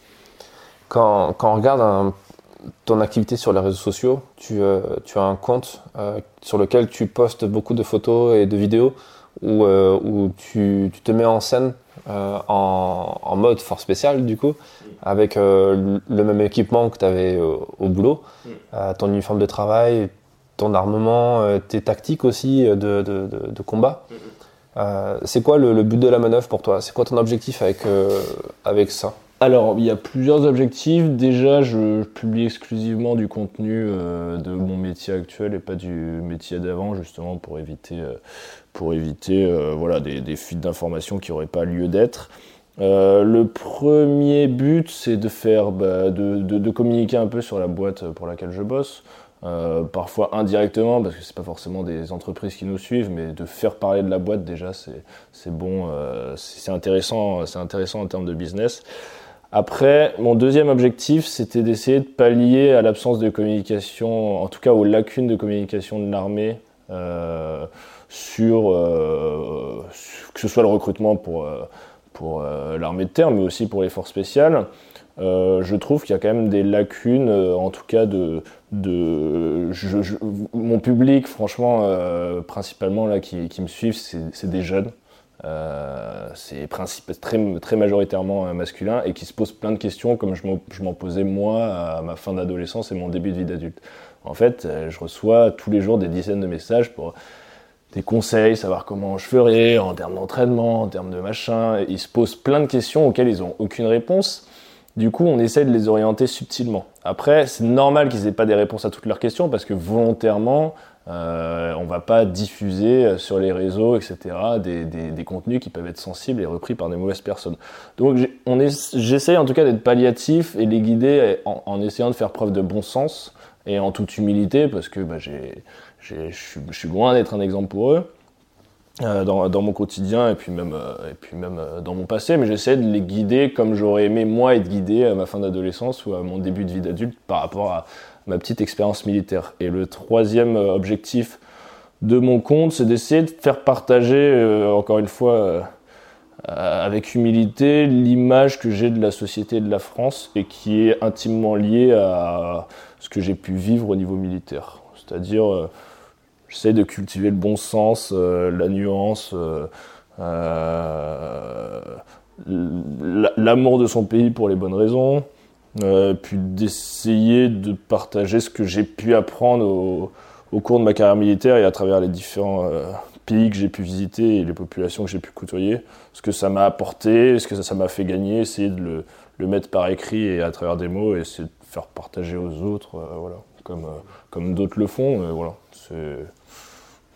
Quand, quand on regarde un, ton activité sur les réseaux sociaux, tu, euh, tu as un compte euh, sur lequel tu postes beaucoup de photos et de vidéos où, euh, où tu, tu te mets en scène euh, en, en mode force spéciale, du coup, avec euh, le même équipement que tu avais euh, au boulot, euh, ton uniforme de travail, ton armement, euh, tes tactiques aussi de, de, de, de combat. Euh, c'est quoi le, le but de la manœuvre pour toi ? C'est quoi ton objectif avec, euh, avec ça ? Alors, il y a plusieurs objectifs. Déjà, je publie exclusivement du contenu euh, de mon métier actuel et pas du métier d'avant, justement pour éviter, euh, pour éviter euh, voilà, des, des fuites d'informations qui n'auraient pas lieu d'être. Euh, le premier but, c'est de faire, bah, de, de, de communiquer un peu sur la boîte pour laquelle je bosse. Euh, parfois indirectement, parce que c'est pas forcément des entreprises qui nous suivent, mais de faire parler de la boîte déjà, c'est, c'est bon, euh, c'est, c'est intéressant, c'est intéressant en termes de business. Après, mon deuxième objectif, c'était d'essayer de pallier à l'absence de communication, en tout cas aux lacunes de communication de l'armée, euh, sur, euh, que ce soit le recrutement pour, euh, pour euh, l'armée de terre, mais aussi pour les forces spéciales. Euh, je trouve qu'il y a quand même des lacunes, euh, en tout cas de, de je, je, mon public, franchement, euh, principalement là qui, qui me suivent, c'est, c'est des jeunes. Euh, c'est principe, très, très majoritairement masculin et qui se posent plein de questions comme je m'en, je m'en posais moi à ma fin d'adolescence et mon début de vie d'adulte. En fait, je reçois tous les jours des dizaines de messages pour des conseils, savoir comment je ferais en termes d'entraînement, en termes de machin. Ils se posent plein de questions auxquelles ils n'ont aucune réponse. Du coup, on essaie de les orienter subtilement. Après, c'est normal qu'ils n'aient pas des réponses à toutes leurs questions parce que volontairement, euh, on ne va pas diffuser sur les réseaux, et cetera, des, des, des contenus qui peuvent être sensibles et repris par des mauvaises personnes. Donc, j'ai, on est, j'essaie en tout cas d'être palliatif et les guider en, en essayant de faire preuve de bon sens et en toute humilité parce que bah, j'ai, j'ai, je, suis, je suis loin d'être un exemple pour eux. Euh, dans, dans mon quotidien et puis même euh, et puis même euh, dans mon passé, mais j'essaie de les guider comme j'aurais aimé moi être guidé à ma fin d'adolescence ou à mon début de vie d'adulte par rapport à ma petite expérience militaire. Et le troisième euh, objectif de mon compte, c'est d'essayer de faire partager euh, encore une fois euh, euh, avec humilité l'image que j'ai de la société et de la France et qui est intimement liée à ce que j'ai pu vivre au niveau militaire. C'est-à-dire euh, j'essaie de cultiver le bon sens, euh, la nuance, euh, euh, l'amour de son pays pour les bonnes raisons, euh, puis d'essayer de partager ce que j'ai pu apprendre au, au cours de ma carrière militaire et à travers les différents euh, pays que j'ai pu visiter et les populations que j'ai pu côtoyer, ce que ça m'a apporté, ce que ça, ça m'a fait gagner, essayer de le, le mettre par écrit et à travers des mots et essayer de faire partager aux autres, euh, voilà, comme, euh, comme d'autres le font, euh, voilà. C'est,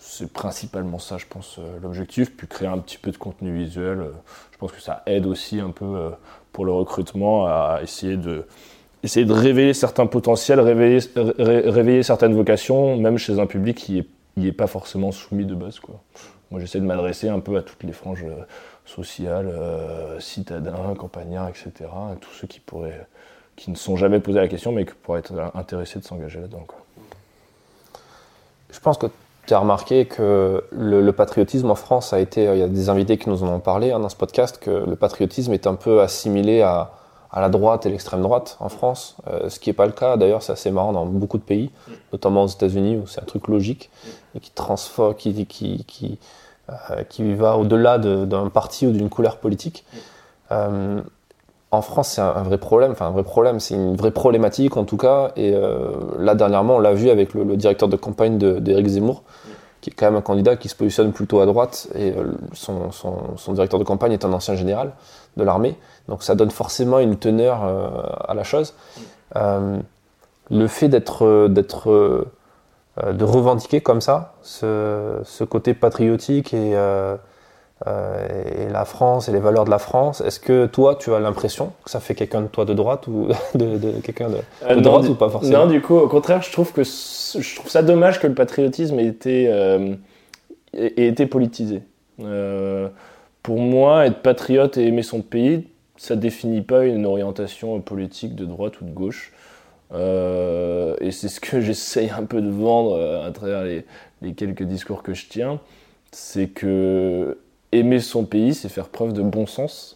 c'est principalement ça, je pense, euh, l'objectif. Puis créer un petit peu de contenu visuel. Euh, je pense que ça aide aussi un peu euh, pour le recrutement à essayer de, essayer de révéler certains potentiels, réveiller, ré, réveiller certaines vocations, même chez un public qui n'est pas forcément soumis de base, quoi. Moi, j'essaie de m'adresser un peu à toutes les franges euh, sociales, euh, citadins, campagnards, et cetera. Tous ceux qui pourraient, qui ne sont jamais posé la question, mais qui pourraient être intéressés de s'engager là-dedans, quoi. Je pense que tu as remarqué que le, le patriotisme en France a été, il y a des invités qui nous en ont parlé hein, dans ce podcast, que le patriotisme est un peu assimilé à, à la droite et l'extrême droite en France, euh, ce qui n'est pas le cas. D'ailleurs, c'est assez marrant dans beaucoup de pays, notamment aux États-Unis où c'est un truc logique et qui transforme, qui, qui, qui, euh, qui va au-delà de, d'un parti ou d'une couleur politique. Euh, en France, c'est un, un vrai problème, enfin un vrai problème, c'est une vraie problématique en tout cas. Et euh, là, dernièrement, on l'a vu avec le, le directeur de campagne de, d'Éric Zemmour, qui est quand même un candidat qui se positionne plutôt à droite. Et euh, son, son, son directeur de campagne est un ancien général de l'armée. Donc ça donne forcément une teneur euh, à la chose. Euh, le fait d'être, d'être euh, de revendiquer comme ça ce, ce côté patriotique et, euh, euh, et la France et les valeurs de la France, est-ce que toi tu as l'impression que ça fait quelqu'un de toi de droite ou de, de quelqu'un de, de euh, droite non, ou pas forcément? Non, du coup, au contraire, je trouve que je trouve ça dommage que le patriotisme ait été, euh, ait été politisé. Euh, pour moi, être patriote et aimer son pays, ça définit pas une orientation politique de droite ou de gauche. Euh, et c'est ce que j'essaye un peu de vendre euh, à travers les, les quelques discours que je tiens, c'est que aimer son pays, c'est faire preuve de bon sens.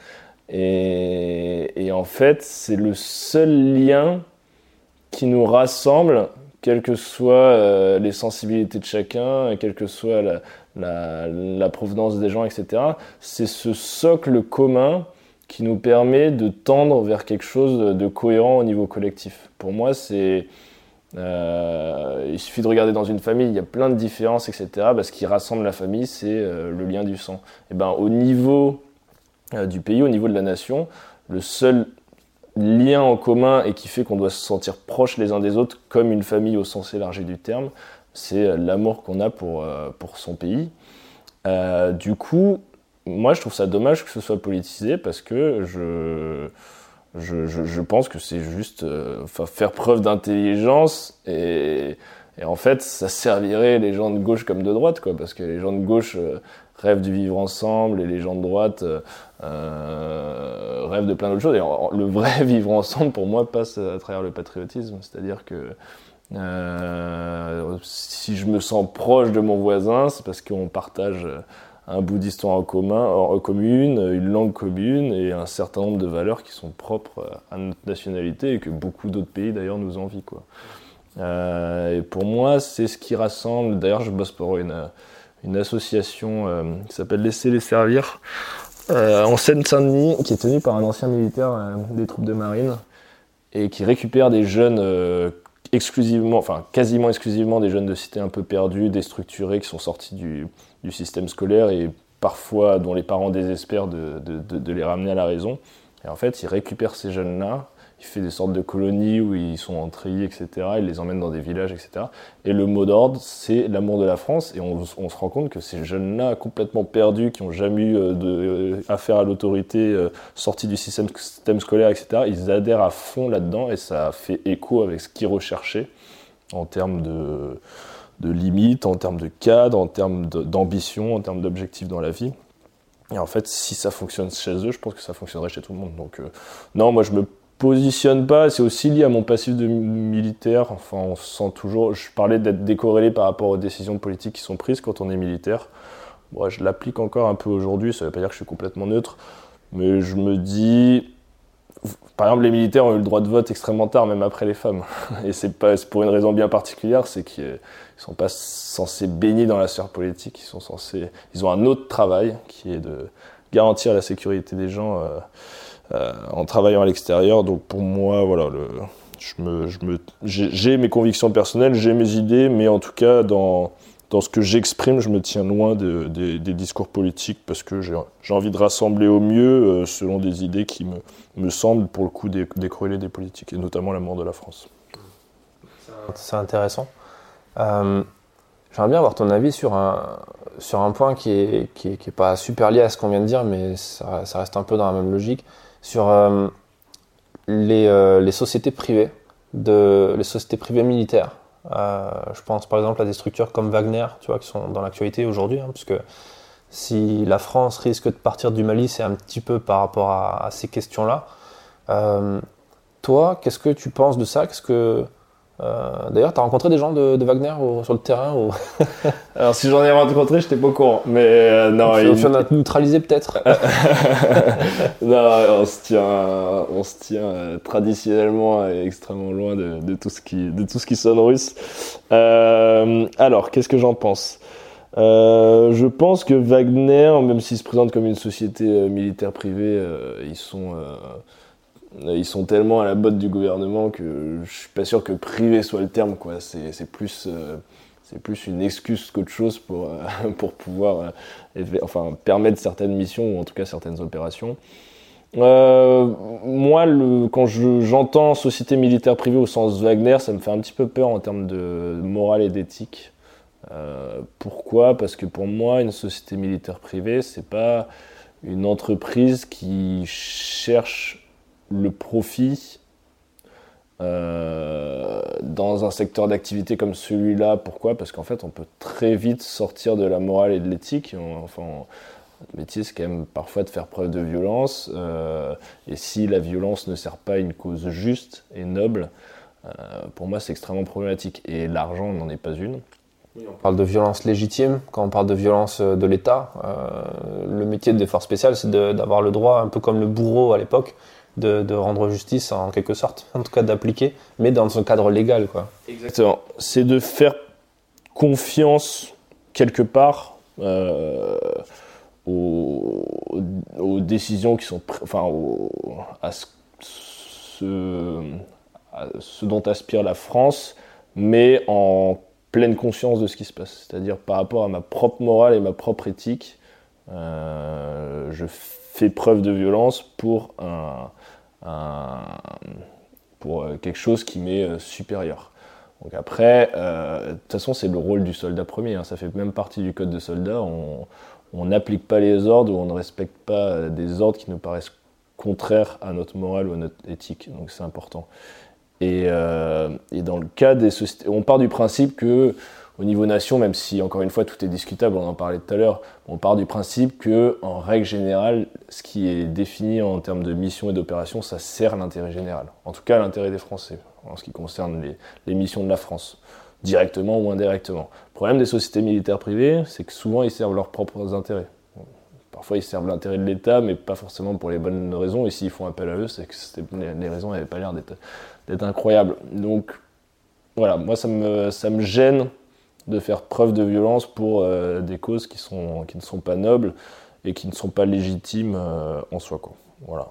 Et, et en fait, c'est le seul lien qui nous rassemble, quelles que soient euh, les sensibilités de chacun, quelle que soit la, la, la provenance des gens, et cetera. C'est ce socle commun qui nous permet de tendre vers quelque chose de cohérent au niveau collectif. Pour moi, c'est... Euh, il suffit de regarder dans une famille, il y a plein de différences, et cetera. Bah, ce qui rassemble la famille, c'est euh, le lien du sang. Et ben, au niveau euh, du pays, au niveau de la nation, le seul lien en commun et qui fait qu'on doit se sentir proches les uns des autres, comme une famille au sens élargi du terme, c'est l'amour qu'on a pour, euh, pour son pays. Euh, du coup, moi, je trouve ça dommage que ce soit politisé parce que je, je, je, je pense que c'est juste euh, faire preuve d'intelligence et, et en fait, ça servirait les gens de gauche comme de droite, quoi, parce que les gens de gauche euh, rêvent du vivre ensemble et les gens de droite euh, euh, rêvent de plein d'autres choses. Et en, le vrai vivre ensemble, pour moi, passe à travers le patriotisme, c'est-à-dire que euh, si je me sens proche de mon voisin, c'est parce qu'on partage un bout d'histoire en commun, en commune, une langue commune et un certain nombre de valeurs qui sont propres à notre nationalité et que beaucoup d'autres pays d'ailleurs nous envient, quoi. Euh, et pour moi, c'est ce qui rassemble. D'ailleurs, je bosse pour une, une association euh, qui s'appelle Laissez-les servir euh, en Seine-Saint-Denis, qui est tenue par un ancien militaire euh, des troupes de marine et qui récupère des jeunes euh, exclusivement, enfin quasiment exclusivement des jeunes de cités un peu perdus, déstructurés, qui sont sortis du du système scolaire et parfois dont les parents désespèrent de, de, de, de les ramener à la raison. Et en fait, il récupère ces jeunes-là, il fait des sortes de colonies où ils sont en treillis, et cetera. Il les emmène dans des villages, et cetera. Et le mot d'ordre, c'est l'amour de la France. Et on, on se rend compte que ces jeunes-là, complètement perdus, qui n'ont jamais eu de, euh, affaire à l'autorité, euh, sortis du système, système scolaire, et cetera, ils adhèrent à fond là-dedans et ça fait écho avec ce qu'ils recherchaient en termes de... de limites, en termes de cadre, en termes de, d'ambition, en termes d'objectifs dans la vie. Et en fait, si ça fonctionne chez eux, je pense que ça fonctionnerait chez tout le monde. Donc, euh, non, moi, je me positionne pas. C'est aussi lié à mon passif de militaire. Enfin, on se sent toujours... Je parlais d'être décorrélé par rapport aux décisions politiques qui sont prises quand on est militaire. Bon, je l'applique encore un peu aujourd'hui. Ça veut pas dire que je suis complètement neutre. Mais je me dis... Par exemple, les militaires ont eu le droit de vote extrêmement tard, même après les femmes. Et c'est pas, c'est pour une raison bien particulière, c'est qu'ils sont pas censés baigner dans la sphère politique. Ils sont censés, ils ont un autre travail qui est de garantir la sécurité des gens euh, euh, en travaillant à l'extérieur. Donc pour moi, voilà, le, je me, je me, j'ai, j'ai mes convictions personnelles, j'ai mes idées, mais en tout cas dans Dans ce que j'exprime, je me tiens loin de, de, des discours politiques parce que j'ai, j'ai envie de rassembler au mieux euh, selon des idées qui me, me semblent pour le coup dé, décorrélées des politiques, et notamment l'amour de la France. C'est intéressant. Euh, J'aimerais bien avoir ton avis sur un, sur un point qui est, qui est, qui est pas super lié à ce qu'on vient de dire, mais ça, ça reste un peu dans la même logique, sur euh, les, euh, les sociétés privées, de, les sociétés privées militaires. Euh, je pense par exemple à des structures comme Wagner, tu vois, qui sont dans l'actualité aujourd'hui, hein, puisque si la France risque de partir du Mali, c'est un petit peu par rapport à, à ces questions-là. Euh, toi, qu'est-ce que tu penses de ça? Qu'est-ce que Euh, D'ailleurs, tu as rencontré des gens de, de Wagner au, sur le terrain ou... Alors, si j'en ai rencontré, je n'étais pas au courant. Mais euh, non, tu, il... tu en as neutralisé peut-être. Non, on se tient, on se tient euh, traditionnellement euh, extrêmement loin de, de, tout ce qui, de tout ce qui sonne russe. Euh, alors, qu'est-ce que j'en pense? euh, Je pense que Wagner, même s'il se présente comme une société euh, militaire privée, euh, ils sont... Euh, Ils sont tellement à la botte du gouvernement que je suis pas sûr que privé soit le terme, quoi. C'est, c'est plus, euh, c'est plus une excuse qu'autre chose pour, euh, pour pouvoir, euh, enfin, permettre certaines missions ou en tout cas certaines opérations. Euh, moi, le, quand je, j'entends société militaire privée au sens Wagner, ça me fait un petit peu peur en termes de morale et d'éthique. Euh, pourquoi ? Parce que pour moi, une société militaire privée, c'est pas une entreprise qui cherche le profit euh, dans un secteur d'activité comme celui-là. Pourquoi ? Parce qu'en fait, on peut très vite sortir de la morale et de l'éthique. On, enfin, on, le métier, c'est quand même parfois de faire preuve de violence. Euh, et si la violence ne sert pas à une cause juste et noble, euh, pour moi, c'est extrêmement problématique. Et l'argent n'en est pas une. Oui, on parle de violence légitime. Quand on parle de violence de l'État, euh, le métier des forces spéciales, c'est de, d'avoir le droit, un peu comme le bourreau à l'époque, De, de rendre justice en quelque sorte, en tout cas d'appliquer, mais dans un cadre légal, quoi. Exactement. C'est de faire confiance quelque part euh, aux, aux décisions qui sont, enfin, aux, à, ce, à ce dont aspire la France, mais en pleine conscience de ce qui se passe. C'est-à-dire par rapport à ma propre morale et ma propre éthique, euh, je fais preuve de violence pour un Un, pour quelque chose qui m'est supérieur. Donc après, euh, de toute façon, c'est le rôle du soldat premier, hein, ça fait même partie du code de soldat, on n'applique pas les ordres ou on ne respecte pas des ordres qui nous paraissent contraires à notre morale ou à notre éthique, donc c'est important. Et, euh, et dans le cas des sociétés, on part du principe que au niveau nation, même si encore une fois tout est discutable, on en parlait tout à l'heure, on part du principe que, en règle générale, ce qui est défini en termes de mission et d'opération, ça sert l'intérêt général. En tout cas, l'intérêt des Français, en ce qui concerne les, les missions de la France, directement ou indirectement. Le problème des sociétés militaires privées, c'est que souvent ils servent leurs propres intérêts. Parfois ils servent l'intérêt de l'État, mais pas forcément pour les bonnes raisons. Et s'ils font appel à eux, c'est que les, les raisons n'avaient pas l'air d'être, d'être incroyables. Donc voilà, moi ça me, ça me gêne de faire preuve de violence pour euh, des causes qui, sont, qui ne sont pas nobles et qui ne sont pas légitimes euh, en soi, quoi. Voilà.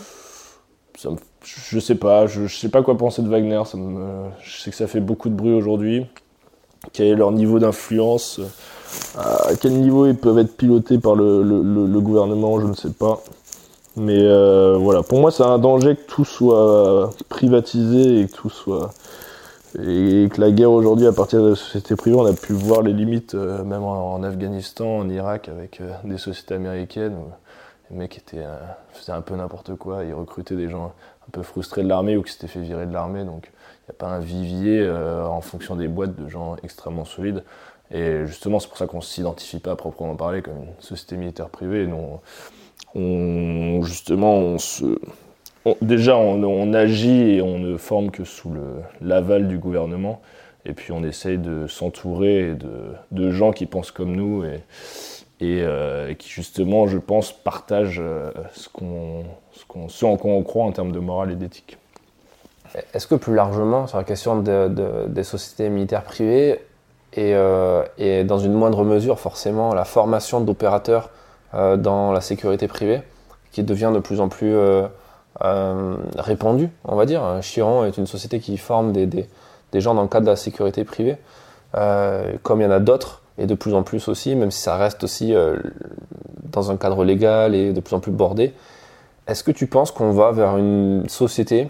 Ça me, je sais pas, je, je sais pas quoi penser de Wagner. Ça me, je sais que ça fait beaucoup de bruit aujourd'hui. Quel est leur niveau d'influence ? À quel niveau ils peuvent être pilotés par le, le, le, le gouvernement ? Je ne sais pas. Mais euh, voilà, pour moi, c'est un danger que tout soit privatisé et que tout soit... Et que la guerre aujourd'hui, à partir de la société privée, on a pu voir les limites, euh, même en, en Afghanistan, en Irak, avec euh, des sociétés américaines où les mecs étaient, euh, faisaient un peu n'importe quoi, ils recrutaient des gens un peu frustrés de l'armée ou qui s'étaient fait virer de l'armée, donc il n'y a pas un vivier euh, en fonction des boîtes de gens extrêmement solides. Et justement, c'est pour ça qu'on ne s'identifie pas à proprement parler comme une société militaire privée. Nous, on, on, justement, on se... On, déjà, on, on agit et on ne forme que sous le, l'aval du gouvernement. Et puis, on essaye de s'entourer de, de gens qui pensent comme nous et, et, euh, et qui, justement, je pense, partagent euh, ce, qu'on, ce, qu'on, ce en quoi on croit en termes de morale et d'éthique. Est-ce que plus largement, sur la question de, de, des sociétés militaires privées et, euh, et dans une moindre mesure, forcément, la formation d'opérateurs euh, dans la sécurité privée, qui devient de plus en plus... Euh, Euh, répandu, on va dire. Chiron est une société qui forme des, des, des gens dans le cadre de la sécurité privée, euh, comme il y en a d'autres, et de plus en plus aussi, même si ça reste aussi euh, dans un cadre légal et de plus en plus bordé. Est-ce que tu penses qu'on va vers une société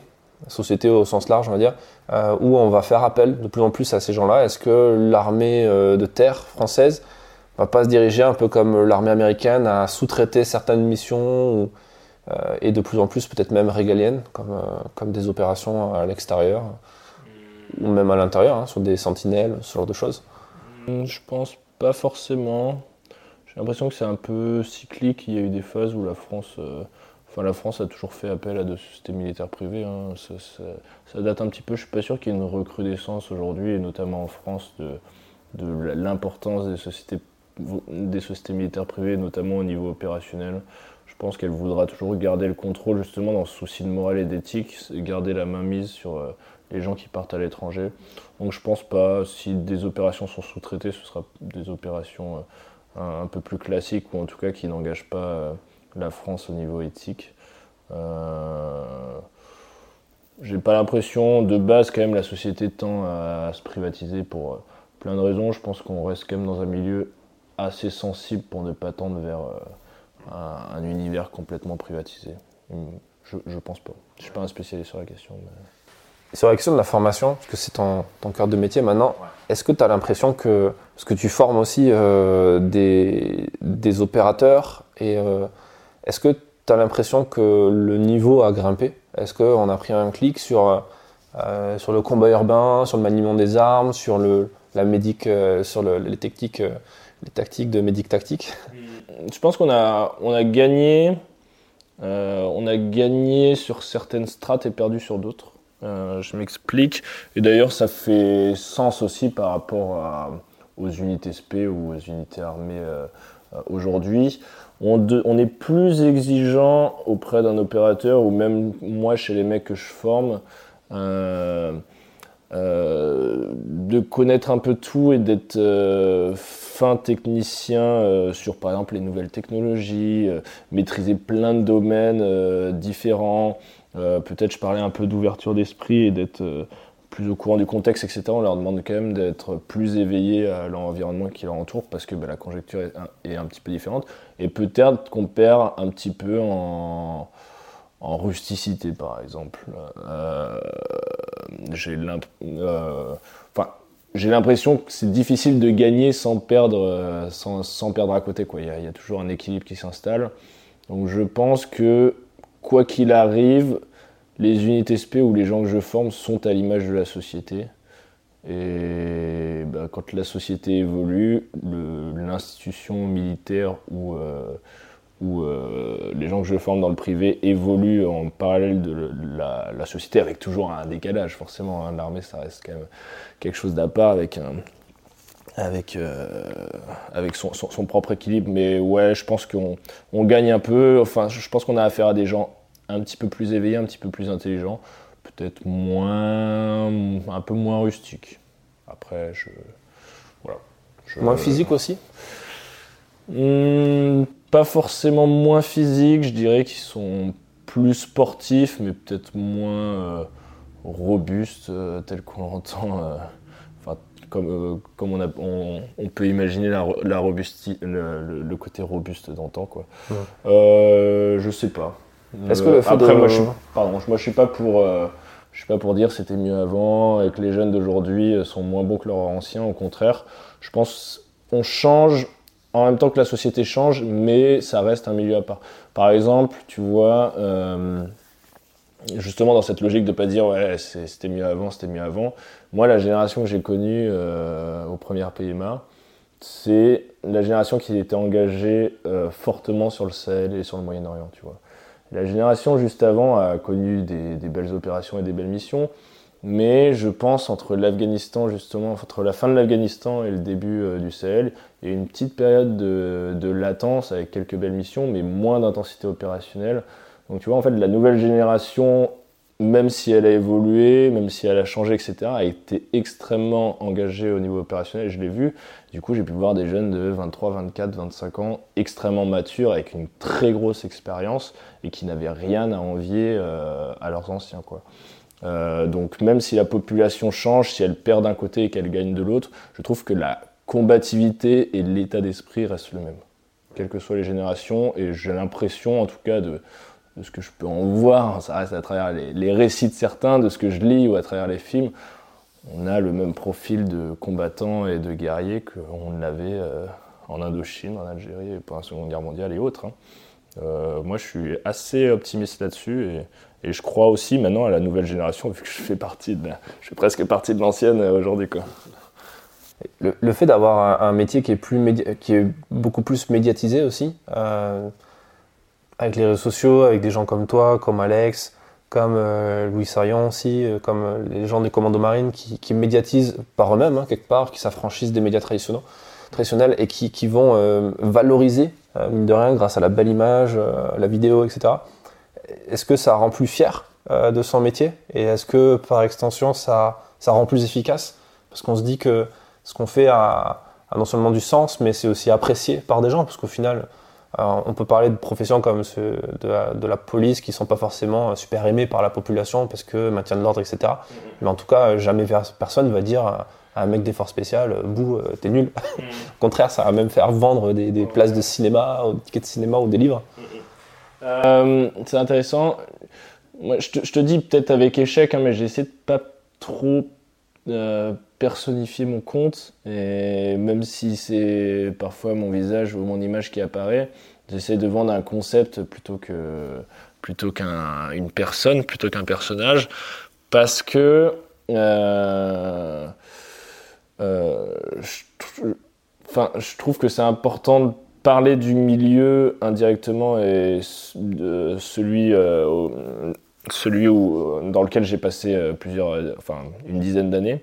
société au sens large, on va dire, euh, où on va faire appel de plus en plus à ces gens-là. Est-ce que l'armée euh, de terre française va pas se diriger un peu comme l'armée américaine à sous-traiter certaines missions ou, euh, et de plus en plus peut-être même régaliennes, comme, euh, comme des opérations à l'extérieur ou même à l'intérieur, hein, sur des sentinelles, ce genre de choses? Je pense pas forcément. J'ai l'impression que c'est un peu cyclique. Il y a eu des phases où la France, euh, enfin la France a toujours fait appel à des sociétés militaires privées. Hein. Ça, ça, ça date un petit peu. Je suis pas sûr qu'il y ait une recrudescence aujourd'hui, et notamment en France, de, de l'importance des sociétés, des sociétés militaires privées, notamment au niveau opérationnel. Je pense qu'elle voudra toujours garder le contrôle, justement dans ce souci de morale et d'éthique, garder la main mise sur euh, les gens qui partent à l'étranger. Donc je pense pas. Si des opérations sont sous-traitées, ce sera des opérations euh, un, un peu plus classiques, ou en tout cas qui n'engagent pas euh, la France au niveau éthique. Euh, j'ai pas l'impression, de base quand même la société tend à, à se privatiser pour euh, plein de raisons. Je pense qu'on reste quand même dans un milieu assez sensible pour ne pas tendre vers euh, un, un univers complètement privatisé. Je, je pense pas. Je suis pas un spécialiste sur la question. Mais... Sur la question de la formation, parce que c'est ton, ton cœur de métier maintenant, ouais. Est-ce que tu as l'impression que, parce que tu formes aussi euh, des, des opérateurs, et euh, est-ce que tu as l'impression que le niveau a grimpé? Est-ce qu'on a pris un clic sur, euh, sur le combat urbain, sur le maniement des armes, sur, le, la médic, euh, sur le, les, techniques, euh, les tactiques de médic tactique? Je pense qu'on a, on a gagné, euh, on a gagné sur certaines strates et perdu sur d'autres. Euh, je m'explique. Et d'ailleurs, ça fait sens aussi par rapport à, aux unités S P ou aux unités armées euh, aujourd'hui. On, de, on est plus exigeant auprès d'un opérateur, ou même moi chez les mecs que je forme, euh, euh, de connaître un peu tout et d'être euh, fin technicien euh, sur par exemple les nouvelles technologies, euh, maîtriser plein de domaines euh, différents. Euh, peut-être je parlais un peu d'ouverture d'esprit et d'être euh, plus au courant du contexte, et cetera. On leur demande quand même d'être plus éveillés à l'environnement qui leur entoure, parce que bah, la conjecture est un, est un petit peu différente. Et peut-être qu'on perd un petit peu en, en rusticité, par exemple. Euh, j'ai, l'imp- euh, enfin, j'ai l'impression que c'est difficile de gagner sans perdre, euh, sans, sans perdre à côté, quoi. Il y a, il y a toujours un équilibre qui s'installe. Donc je pense que quoi qu'il arrive, les unités S P ou les gens que je forme sont à l'image de la société. Et bah, quand la société évolue, le, l'institution militaire ou, euh, ou euh, les gens que je forme dans le privé évoluent en parallèle de la, la société, avec toujours un décalage, forcément. Hein. L'armée, ça reste quand même quelque chose d'à part, avec un... avec, euh, avec son, son, son propre équilibre. Mais ouais, je pense qu'on on gagne un peu. Enfin, je pense qu'on a affaire à des gens un petit peu plus éveillés, un petit peu plus intelligents, peut-être moins, un peu moins rustiques. Après, je... Voilà. Je, moins physique aussi hmm, pas forcément moins physique, je dirais qu'ils sont plus sportifs, mais peut-être moins euh, robustes, euh, tel qu'on l'entend... Euh, Comme, euh, comme on, a, on, on peut imaginer la, la robusti, le, le, le côté robuste d'antan, quoi. Ouais. Euh, je sais pas. Est-ce que le fait Après, de... moi, je suis, pardon, moi, je suis pas pour, euh, je suis pas pour dire c'était mieux avant et que les jeunes d'aujourd'hui sont moins bons que leurs anciens. Au contraire, je pense qu'on change en même temps que la société change, mais ça reste un milieu à part. Par exemple, tu vois. Euh, Justement dans cette logique de pas dire ouais c'est, c'était mieux avant, c'était mieux avant. Moi la génération que j'ai connue euh, au premier P M A, c'est la génération qui était engagée euh, fortement sur le Sahel et sur le Moyen-Orient, tu vois. La génération juste avant a connu des, des belles opérations et des belles missions, mais je pense entre l'Afghanistan justement, entre la fin de l'Afghanistan et le début euh, du Sahel, il y a eu une petite période de, de latence avec quelques belles missions, mais moins d'intensité opérationnelle. Donc tu vois, en fait, la nouvelle génération, même si elle a évolué, même si elle a changé, et cetera, a été extrêmement engagée au niveau opérationnel, je l'ai vu. Du coup, j'ai pu voir des jeunes de vingt-trois, vingt-quatre, vingt-cinq ans, extrêmement matures, avec une très grosse expérience, et qui n'avaient rien à envier euh, à leurs anciens, quoi. Euh, donc même si la population change, si elle perd d'un côté et qu'elle gagne de l'autre, je trouve que la combativité et l'état d'esprit restent le même, quelles que soient les générations, et j'ai l'impression, en tout cas, de de ce que je peux en voir, ça reste à travers les, les récits de certains, de ce que je lis ou à travers les films, on a le même profil de combattants et de guerriers qu'on l'avait euh, en Indochine, en Algérie, pendant la Seconde Guerre mondiale et autres. Hein. Euh, moi, je suis assez optimiste là-dessus et, et je crois aussi maintenant à la nouvelle génération, vu que je fais partie de la, je fais presque partie de l'ancienne aujourd'hui, quoi. Le, le fait d'avoir un, un métier qui est, plus médi- qui est beaucoup plus médiatisé aussi, euh, avec les réseaux sociaux, avec des gens comme toi, comme Alex, comme euh, Louis Sarion aussi, euh, comme euh, les gens des commandos marines qui, qui médiatisent par eux-mêmes, hein, quelque part, qui s'affranchissent des médias traditionnels, traditionnels et qui, qui vont euh, valoriser, euh, mine de rien, grâce à la belle image, euh, la vidéo, et cetera. Est-ce que ça rend plus fier euh, de son métier? Et est-ce que, par extension, ça, ça rend plus efficace? Parce qu'on se dit que ce qu'on fait a, a non seulement du sens, mais c'est aussi apprécié par des gens, parce qu'au final, euh, on peut parler de professions comme ceux de la, de la police qui ne sont pas forcément super aimées par la population, parce que maintien de l'ordre, et cetera. Mmh. Mais en tout cas, jamais personne ne va dire à un mec des forces spéciales, bouh, t'es nul. Mmh. Au contraire, ça va même faire vendre des, des places de cinéma, ou des tickets de cinéma ou des livres. Mmh. Euh, c'est intéressant. Moi, je, te, je te dis peut-être avec échec, hein, mais j'ai essayé de pas trop euh, personnifier mon compte, et même si c'est parfois mon visage ou mon image qui apparaît, j'essaie de vendre un concept plutôt que plutôt qu'une personne, plutôt qu'un personnage, parce que euh, euh, je, enfin, je trouve que c'est important de parler du milieu indirectement et de celui euh, celui où, dans lequel j'ai passé plusieurs, enfin une dizaine d'années.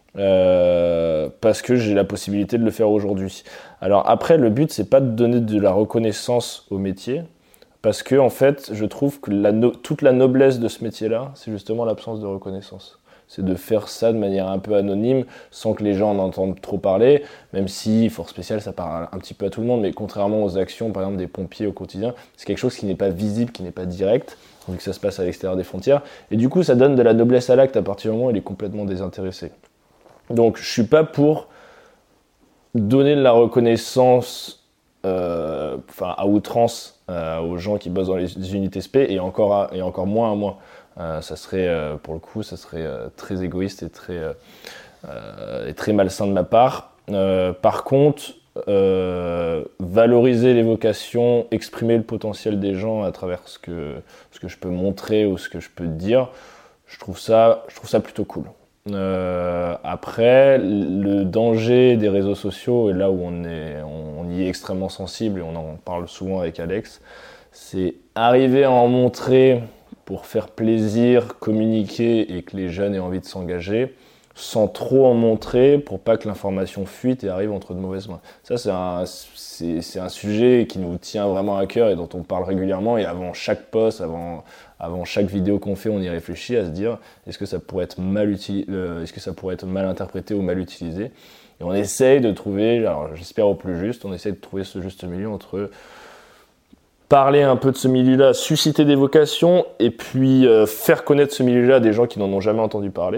Euh, parce que j'ai la possibilité de le faire aujourd'hui. Alors après, le but, c'est pas de donner de la reconnaissance au métier, parce que en fait, je trouve que la no- toute la noblesse de ce métier-là, c'est justement l'absence de reconnaissance. C'est de faire ça de manière un peu anonyme, sans que les gens en entendent trop parler, même si force spéciale, ça parle un petit peu à tout le monde, mais contrairement aux actions, par exemple, des pompiers au quotidien, c'est quelque chose qui n'est pas visible, qui n'est pas direct, vu que ça se passe à l'extérieur des frontières, et du coup, ça donne de la noblesse à l'acte à partir du moment où il est complètement désintéressé. Donc, je suis pas pour donner de la reconnaissance euh, enfin, à outrance euh, aux gens qui bossent dans les unités S P, et encore, à, et encore moins à moi. Euh, ça serait, euh, pour le coup, ça serait euh, très égoïste et très, euh, euh, et très malsain de ma part. Euh, par contre, euh, valoriser les vocations, exprimer le potentiel des gens à travers ce que, ce que je peux montrer ou ce que je peux dire, je trouve ça, je trouve ça plutôt cool. Euh, après, le danger des réseaux sociaux, et là où on, est, on, on y est extrêmement sensible, et on en parle souvent avec Alex, c'est arriver à en montrer pour faire plaisir, communiquer et que les jeunes aient envie de s'engager, sans trop en montrer pour pas que l'information fuite et arrive entre de mauvaises mains. Ça, c'est un, c'est, c'est un sujet qui nous tient vraiment à cœur et dont on parle régulièrement, et avant chaque post, avant, avant chaque vidéo qu'on fait, on y réfléchit à se dire est-ce que ça pourrait être mal uti- euh, est-ce que ça pourrait être mal interprété ou mal utilisé, et on essaye de trouver, alors j'espère au plus juste, on essaye de trouver ce juste milieu entre parler un peu de ce milieu-là, susciter des vocations, et puis euh, faire connaître ce milieu-là à des gens qui n'en ont jamais entendu parler.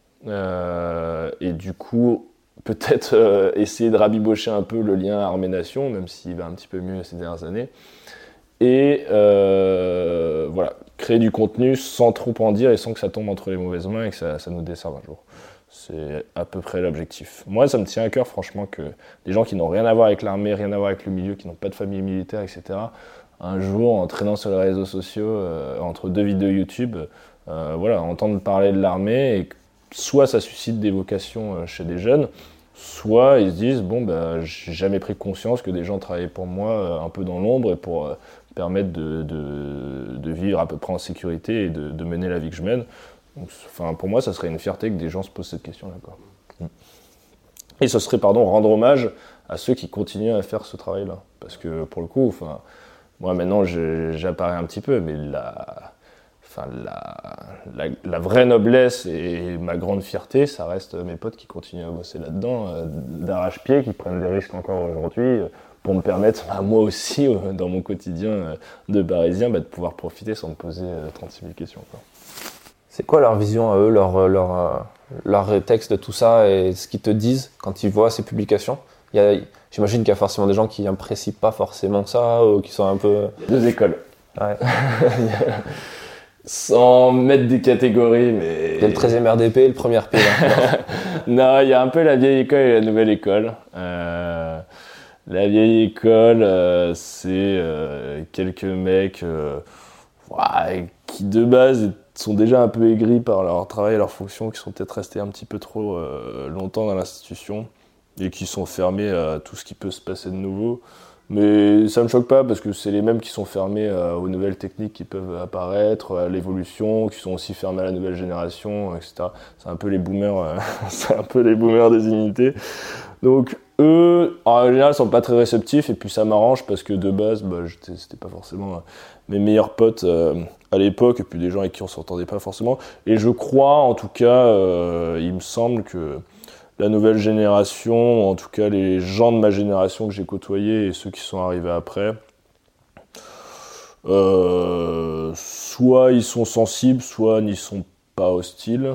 Euh, et du coup, peut-être euh, essayer de rabibocher un peu le lien armée-nation, même s'il va un petit peu mieux ces dernières années. Et euh, voilà, créer du contenu sans trop en dire et sans que ça tombe entre les mauvaises mains et que ça, ça nous desserve un jour. C'est à peu près l'objectif. Moi, ça me tient à cœur, franchement, que des gens qui n'ont rien à voir avec l'armée, rien à voir avec le milieu, qui n'ont pas de famille militaire, et cetera, un jour, en traînant sur les réseaux sociaux, euh, entre deux vidéos YouTube, euh, voilà, entendre parler de l'armée, et soit ça suscite des vocations euh, chez des jeunes, soit ils se disent, bon, bah, j'ai jamais pris conscience que des gens travaillaient pour moi euh, un peu dans l'ombre et pour euh, permettre de, de, de vivre à peu près en sécurité et de, de mener la vie que je mène. Donc, enfin, pour moi, ça serait une fierté que des gens se posent cette question-là, quoi. Et ce serait, pardon, rendre hommage à ceux qui continuent à faire ce travail-là. Parce que, pour le coup, enfin, moi, maintenant, je, j'apparais un petit peu, mais la, enfin, la, la, la vraie noblesse et ma grande fierté, ça reste mes potes qui continuent à bosser là-dedans, euh, d'arrache-pied, qui prennent des risques encore aujourd'hui, euh, pour me permettre, bah, moi aussi, euh, dans mon quotidien euh, de Parisien, bah, de pouvoir profiter sans me poser euh, trente-six mille questions, quoi. C'est quoi leur vision à eux, leur, leur, leur texte de tout ça et ce qu'ils te disent quand ils voient ces publications? Il y a, j'imagine qu'il y a forcément des gens qui n'apprécient pas forcément ça ou qui sont un peu... Deux écoles. Ouais. Sans mettre des catégories, mais... Il y a le treizième R D P et le premier R P. Non, il y a un peu la vieille école et la nouvelle école. Euh, la vieille école, euh, c'est euh, quelques mecs euh, ouais, qui de base sont déjà un peu aigris par leur travail et leur fonction, qui sont peut-être restés un petit peu trop euh, longtemps dans l'institution et qui sont fermés à tout ce qui peut se passer de nouveau. Mais ça me choque pas parce que c'est les mêmes qui sont fermés euh, aux nouvelles techniques qui peuvent apparaître, à l'évolution, qui sont aussi fermés à la nouvelle génération, et cetera. C'est un peu les boomers, euh, c'est un peu les boomers des unités. Donc eux, en général, sont pas très réceptifs et puis ça m'arrange parce que de base, bah, j'étais, c'était pas forcément euh, mes meilleurs potes euh, à l'époque et puis des gens avec qui on s'entendait pas forcément. Et je crois, en tout cas, euh, il me semble que la nouvelle génération, en tout cas les gens de ma génération que j'ai côtoyés et ceux qui sont arrivés après, euh, soit ils sont sensibles, soit n'y sont pas hostiles.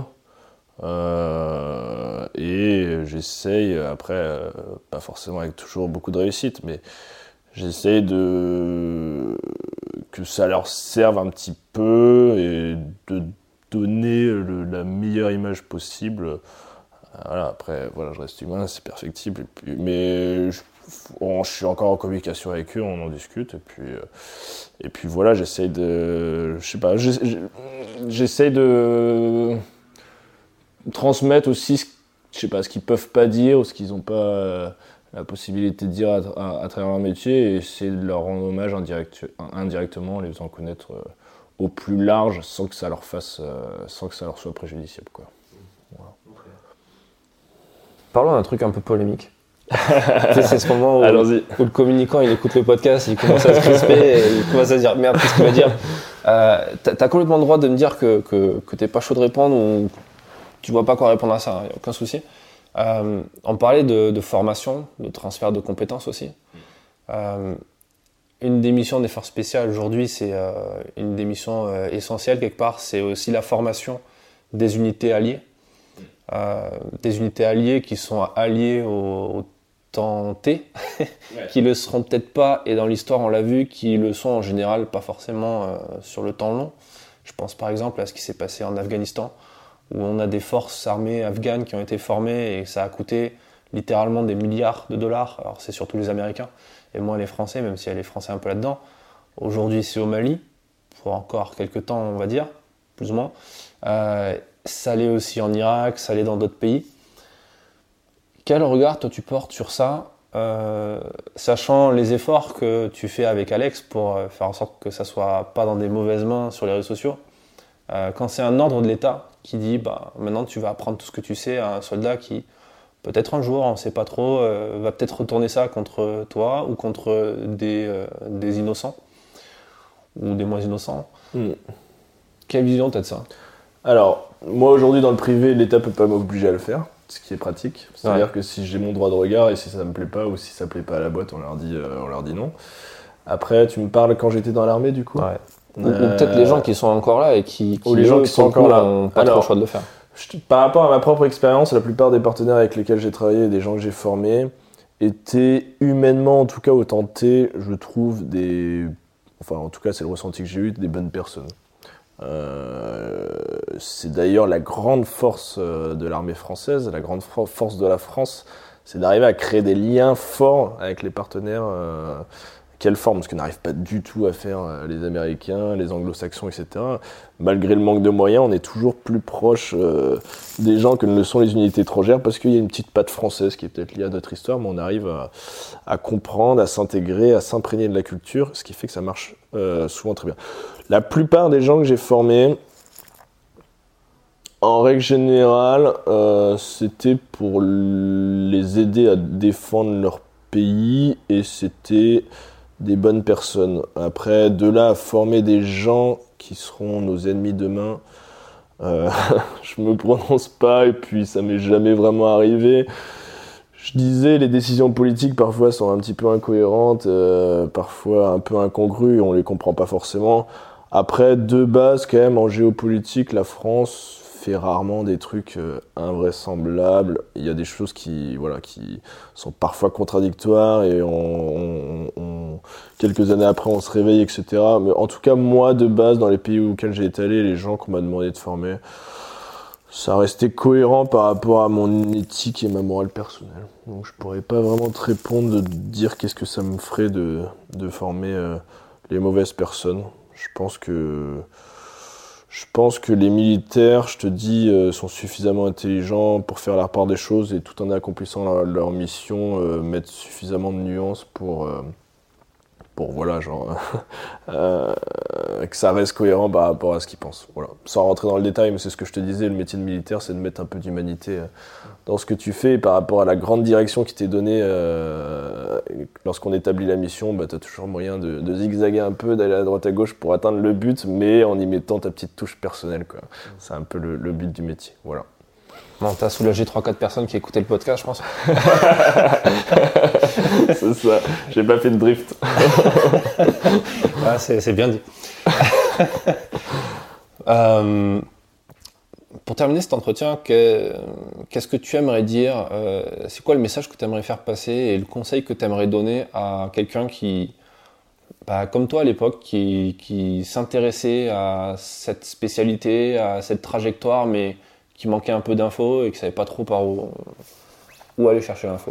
Euh, et j'essaye, après, euh, pas forcément avec toujours beaucoup de réussite, mais j'essaye de que ça leur serve un petit peu et de donner le, la meilleure image possible. Voilà, après, voilà, je reste humain, c'est perfectible. Et puis, mais je, on, je suis encore en communication avec eux, on en discute. Et puis, euh, et puis voilà, j'essaye de, je sais pas, j'essaye de transmettre aussi, ce, je sais pas, ce qu'ils peuvent pas dire ou ce qu'ils n'ont pas euh, la possibilité de dire à, à, à travers leur métier, et essayer de leur rendre hommage indirect, indirectement en les faisant connaître euh, au plus large, sans que ça leur fasse, euh, sans que ça leur soit préjudiciable, quoi. Voilà. Parlons d'un truc un peu polémique. C'est ce moment où, Allons-y. où le communicant il écoute le podcast, il commence à se crisper et il commence à se dire merde, qu'est-ce qu'il va dire. euh, t'as, t'as complètement le droit de me dire que, que, que t'es pas chaud de répondre ou tu vois pas quoi répondre à ça, il n'y a aucun souci. Euh, on parlait de, de formation, de transfert de compétences aussi. Euh, une des missions des forces spéciales aujourd'hui, c'est euh, une des missions euh, essentielles quelque part, c'est aussi la formation des unités alliées. Euh, des unités alliées qui sont alliées au, au temps T, ouais. Qui le seront peut-être pas, et dans l'histoire on l'a vu, qui le sont en général pas forcément euh, sur le temps long. Je pense par exemple à ce qui s'est passé en Afghanistan, où on a des forces armées afghanes qui ont été formées et ça a coûté littéralement des milliards de dollars. Alors c'est surtout les Américains et moins les Français, même s'il y a les Français un peu là-dedans. Aujourd'hui c'est au Mali, pour encore quelques temps on va dire, plus ou moins. Euh, ça l'est aussi en Irak, ça l'est dans d'autres pays. Quel regard toi tu portes sur ça, euh, sachant les efforts que tu fais avec Alex pour euh, faire en sorte que ça soit pas dans des mauvaises mains sur les réseaux sociaux, euh, quand c'est un ordre de l'État qui dit bah, maintenant tu vas apprendre tout ce que tu sais à un soldat qui peut-être un jour, on ne sait pas trop, euh, va peut-être retourner ça contre toi ou contre des, euh, des innocents ou des moins innocents. Mm. Quelle vision tu as de ça ? Alors, moi aujourd'hui dans le privé, l'État peut pas m'obliger à le faire, ce qui est pratique. C'est-à-dire ouais. que si j'ai mon droit de regard et si ça me plaît pas ou si ça plaît pas à la boîte, on leur dit, euh, on leur dit non. Après, tu me parles quand j'étais dans l'armée du coup. Ouais. Ou, euh... ou peut-être les gens qui sont encore là et qui, qui ou les gens qui sont encore là n'ont pas trop le choix de le faire. Je, par rapport à ma propre expérience, la plupart des partenaires avec lesquels j'ai travaillé et des gens que j'ai formés étaient humainement, en tout cas au temps T, je trouve des, enfin en tout cas c'est le ressenti que j'ai eu, des bonnes personnes. Euh, c'est d'ailleurs la grande force de l'armée française, la grande force de la France, c'est d'arriver à créer des liens forts avec les partenaires euh, qu'elle forme, ce que n'arrivent pas du tout à faire les Américains, les Anglo-Saxons, et cetera. Malgré le manque de moyens, on est toujours plus proche euh, des gens que ne le sont les unités étrangères parce qu'il y a une petite patte française qui est peut-être liée à notre histoire, mais on arrive à, à comprendre, à s'intégrer, à s'imprégner de la culture, ce qui fait que ça marche euh, souvent très bien. La plupart des gens que j'ai formés, en règle générale, euh, c'était pour les aider à défendre leur pays et c'était des bonnes personnes. Après, de là à former des gens qui seront nos ennemis demain, euh, je me prononce pas et puis ça m'est jamais vraiment arrivé. Je disais, les décisions politiques parfois sont un petit peu incohérentes, euh, parfois un peu incongrues, on les comprend pas forcément. Après, de base, quand même, en géopolitique, la France fait rarement des trucs euh, invraisemblables. Il y a des choses qui, voilà, qui sont parfois contradictoires et on, on, on, on, quelques années après, on se réveille, et cetera. Mais en tout cas, moi, de base, dans les pays auxquels j'ai été allé, les gens qu'on m'a demandé de former, ça restait cohérent par rapport à mon éthique et ma morale personnelle. Donc je pourrais pas vraiment te répondre de dire qu'est-ce que ça me ferait de, de former euh, les mauvaises personnes. Je pense que je pense que les militaires, je te dis, euh, sont suffisamment intelligents pour faire la part des choses et tout en accomplissant leur, leur mission, euh, mettre suffisamment de nuances pour euh, pour voilà genre euh, que ça reste cohérent par rapport à ce qu'ils pensent. Voilà. Sans rentrer dans le détail, mais c'est ce que je te disais, le métier de militaire, c'est de mettre un peu d'humanité dans ce que tu fais, et par rapport à la grande direction qui t'est donnée euh, lorsqu'on établit la mission, bah, tu as toujours moyen de, de zigzaguer un peu, d'aller à droite à gauche pour atteindre le but, mais en y mettant ta petite touche personnelle, quoi. C'est un peu le, le but du métier. Voilà. Bon, t'as soulagé trois quatre personnes qui écoutaient le podcast, je pense. C'est ça, j'ai pas fait de drift. Ah, c'est, c'est bien dit. euh, pour terminer cet entretien, que, qu'est-ce que tu aimerais dire euh, c'est quoi le message que tu aimerais faire passer et le conseil que tu aimerais donner à quelqu'un qui, bah, comme toi à l'époque, qui, qui s'intéressait à cette spécialité, à cette trajectoire, mais qui manquait un peu d'infos et qui savait pas trop par où, où aller chercher l'info?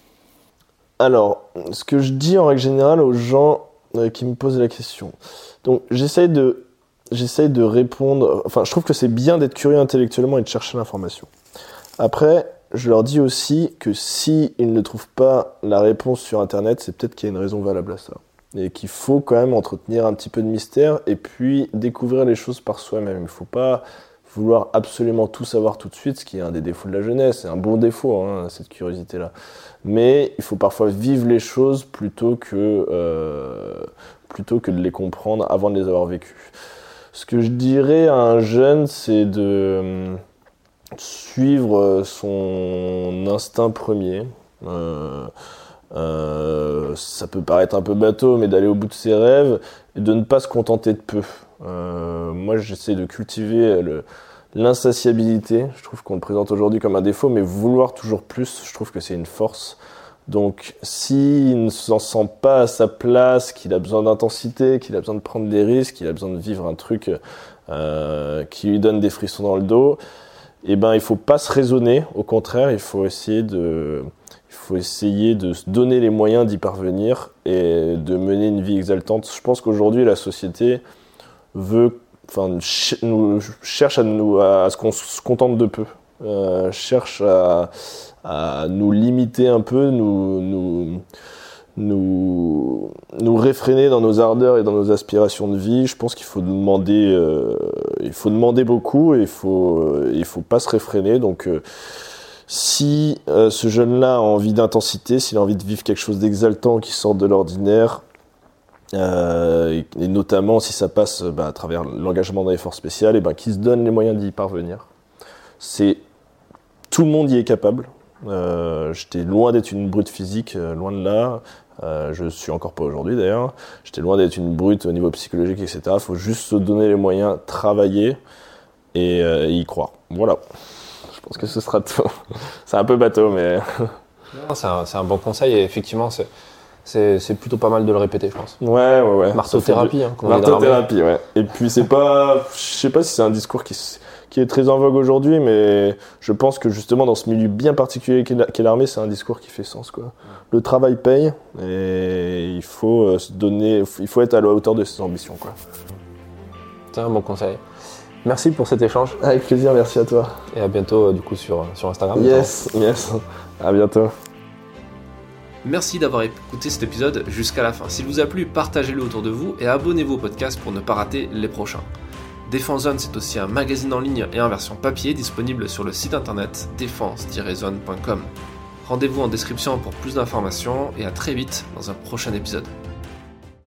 Alors, ce que je dis en règle générale aux gens euh, qui me posent la question, donc j'essaye de, j'essaye de répondre, enfin je trouve que c'est bien d'être curieux intellectuellement et de chercher l'information. Après, je leur dis aussi que s'ils ne trouvent pas la réponse sur internet, c'est peut-être qu'il y a une raison valable à ça. Et qu'il faut quand même entretenir un petit peu de mystère et puis découvrir les choses par soi-même. Il ne faut pas vouloir absolument tout savoir tout de suite, ce qui est un des défauts de la jeunesse, c'est un bon défaut, hein, cette curiosité-là. Mais il faut parfois vivre les choses plutôt que, euh, plutôt que de les comprendre avant de les avoir vécues. Ce que je dirais à un jeune, c'est de euh, suivre son instinct premier. Euh, euh, ça peut paraître un peu bateau, mais d'aller au bout de ses rêves et de ne pas se contenter de peu. Euh, moi, j'essaie de cultiver le, l'insatiabilité. Je trouve qu'on le présente aujourd'hui comme un défaut, mais vouloir toujours plus, je trouve que c'est une force. Donc, s'il ne s'en sent pas à sa place, qu'il a besoin d'intensité, qu'il a besoin de prendre des risques, qu'il a besoin de vivre un truc euh, qui lui donne des frissons dans le dos, eh ben, il faut pas se raisonner. Au contraire, il faut essayer de, il faut essayer de se donner les moyens d'y parvenir et de mener une vie exaltante. Je pense qu'aujourd'hui, la société veut, enfin, ch- nous, cherche à, nous, à, à ce qu'on se contente de peu, euh, cherche à, à nous limiter un peu, nous, nous, nous, nous réfréner dans nos ardeurs et dans nos aspirations de vie. Je pense qu'il faut demander, euh, il faut demander beaucoup et il faut, euh, il faut pas se réfréner. Donc, euh, si euh, ce jeune-là a envie d'intensité, s'il a envie de vivre quelque chose d'exaltant qui sort de l'ordinaire, Euh, et, et notamment si ça passe bah, à travers l'engagement dans les forces spéciales, et ben qui se donne les moyens d'y parvenir. C'est tout le monde y est capable. Euh, j'étais loin d'être une brute physique, euh, loin de là. Euh, je suis encore pas aujourd'hui d'ailleurs. J'étais loin d'être une brute au niveau psychologique, et cetera. Faut juste se donner les moyens, travailler et, euh, et y croire. Voilà. Je pense que ce sera tout. C'est un peu bateau, mais Non, c'est un, c'est un bon conseil et effectivement c'est C'est, c'est plutôt pas mal de le répéter, je pense. ouais, ouais, ouais. Marteau-thérapie, hein, comme on dit dans l'armée. Marteau-thérapie, ouais. Et puis c'est pas, je sais pas si c'est un discours qui, qui est très en vogue aujourd'hui, mais je pense que justement dans ce milieu bien particulier qu'est l'armée, c'est un discours qui fait sens, quoi. Le travail paye et il faut se donner, il faut être à la hauteur de ses ambitions, quoi. C'est un bon conseil. Merci pour cet échange. Avec plaisir, merci à toi. Et à bientôt, du coup, sur, sur Instagram. Yes, notamment. yes. À bientôt. Merci d'avoir écouté cet épisode jusqu'à la fin. S'il vous a plu, partagez-le autour de vous et abonnez-vous au podcast pour ne pas rater les prochains. Défense Zone, c'est aussi un magazine en ligne et en version papier disponible sur le site internet défense tiret zone point com. Rendez-vous en description pour plus d'informations et à très vite dans un prochain épisode.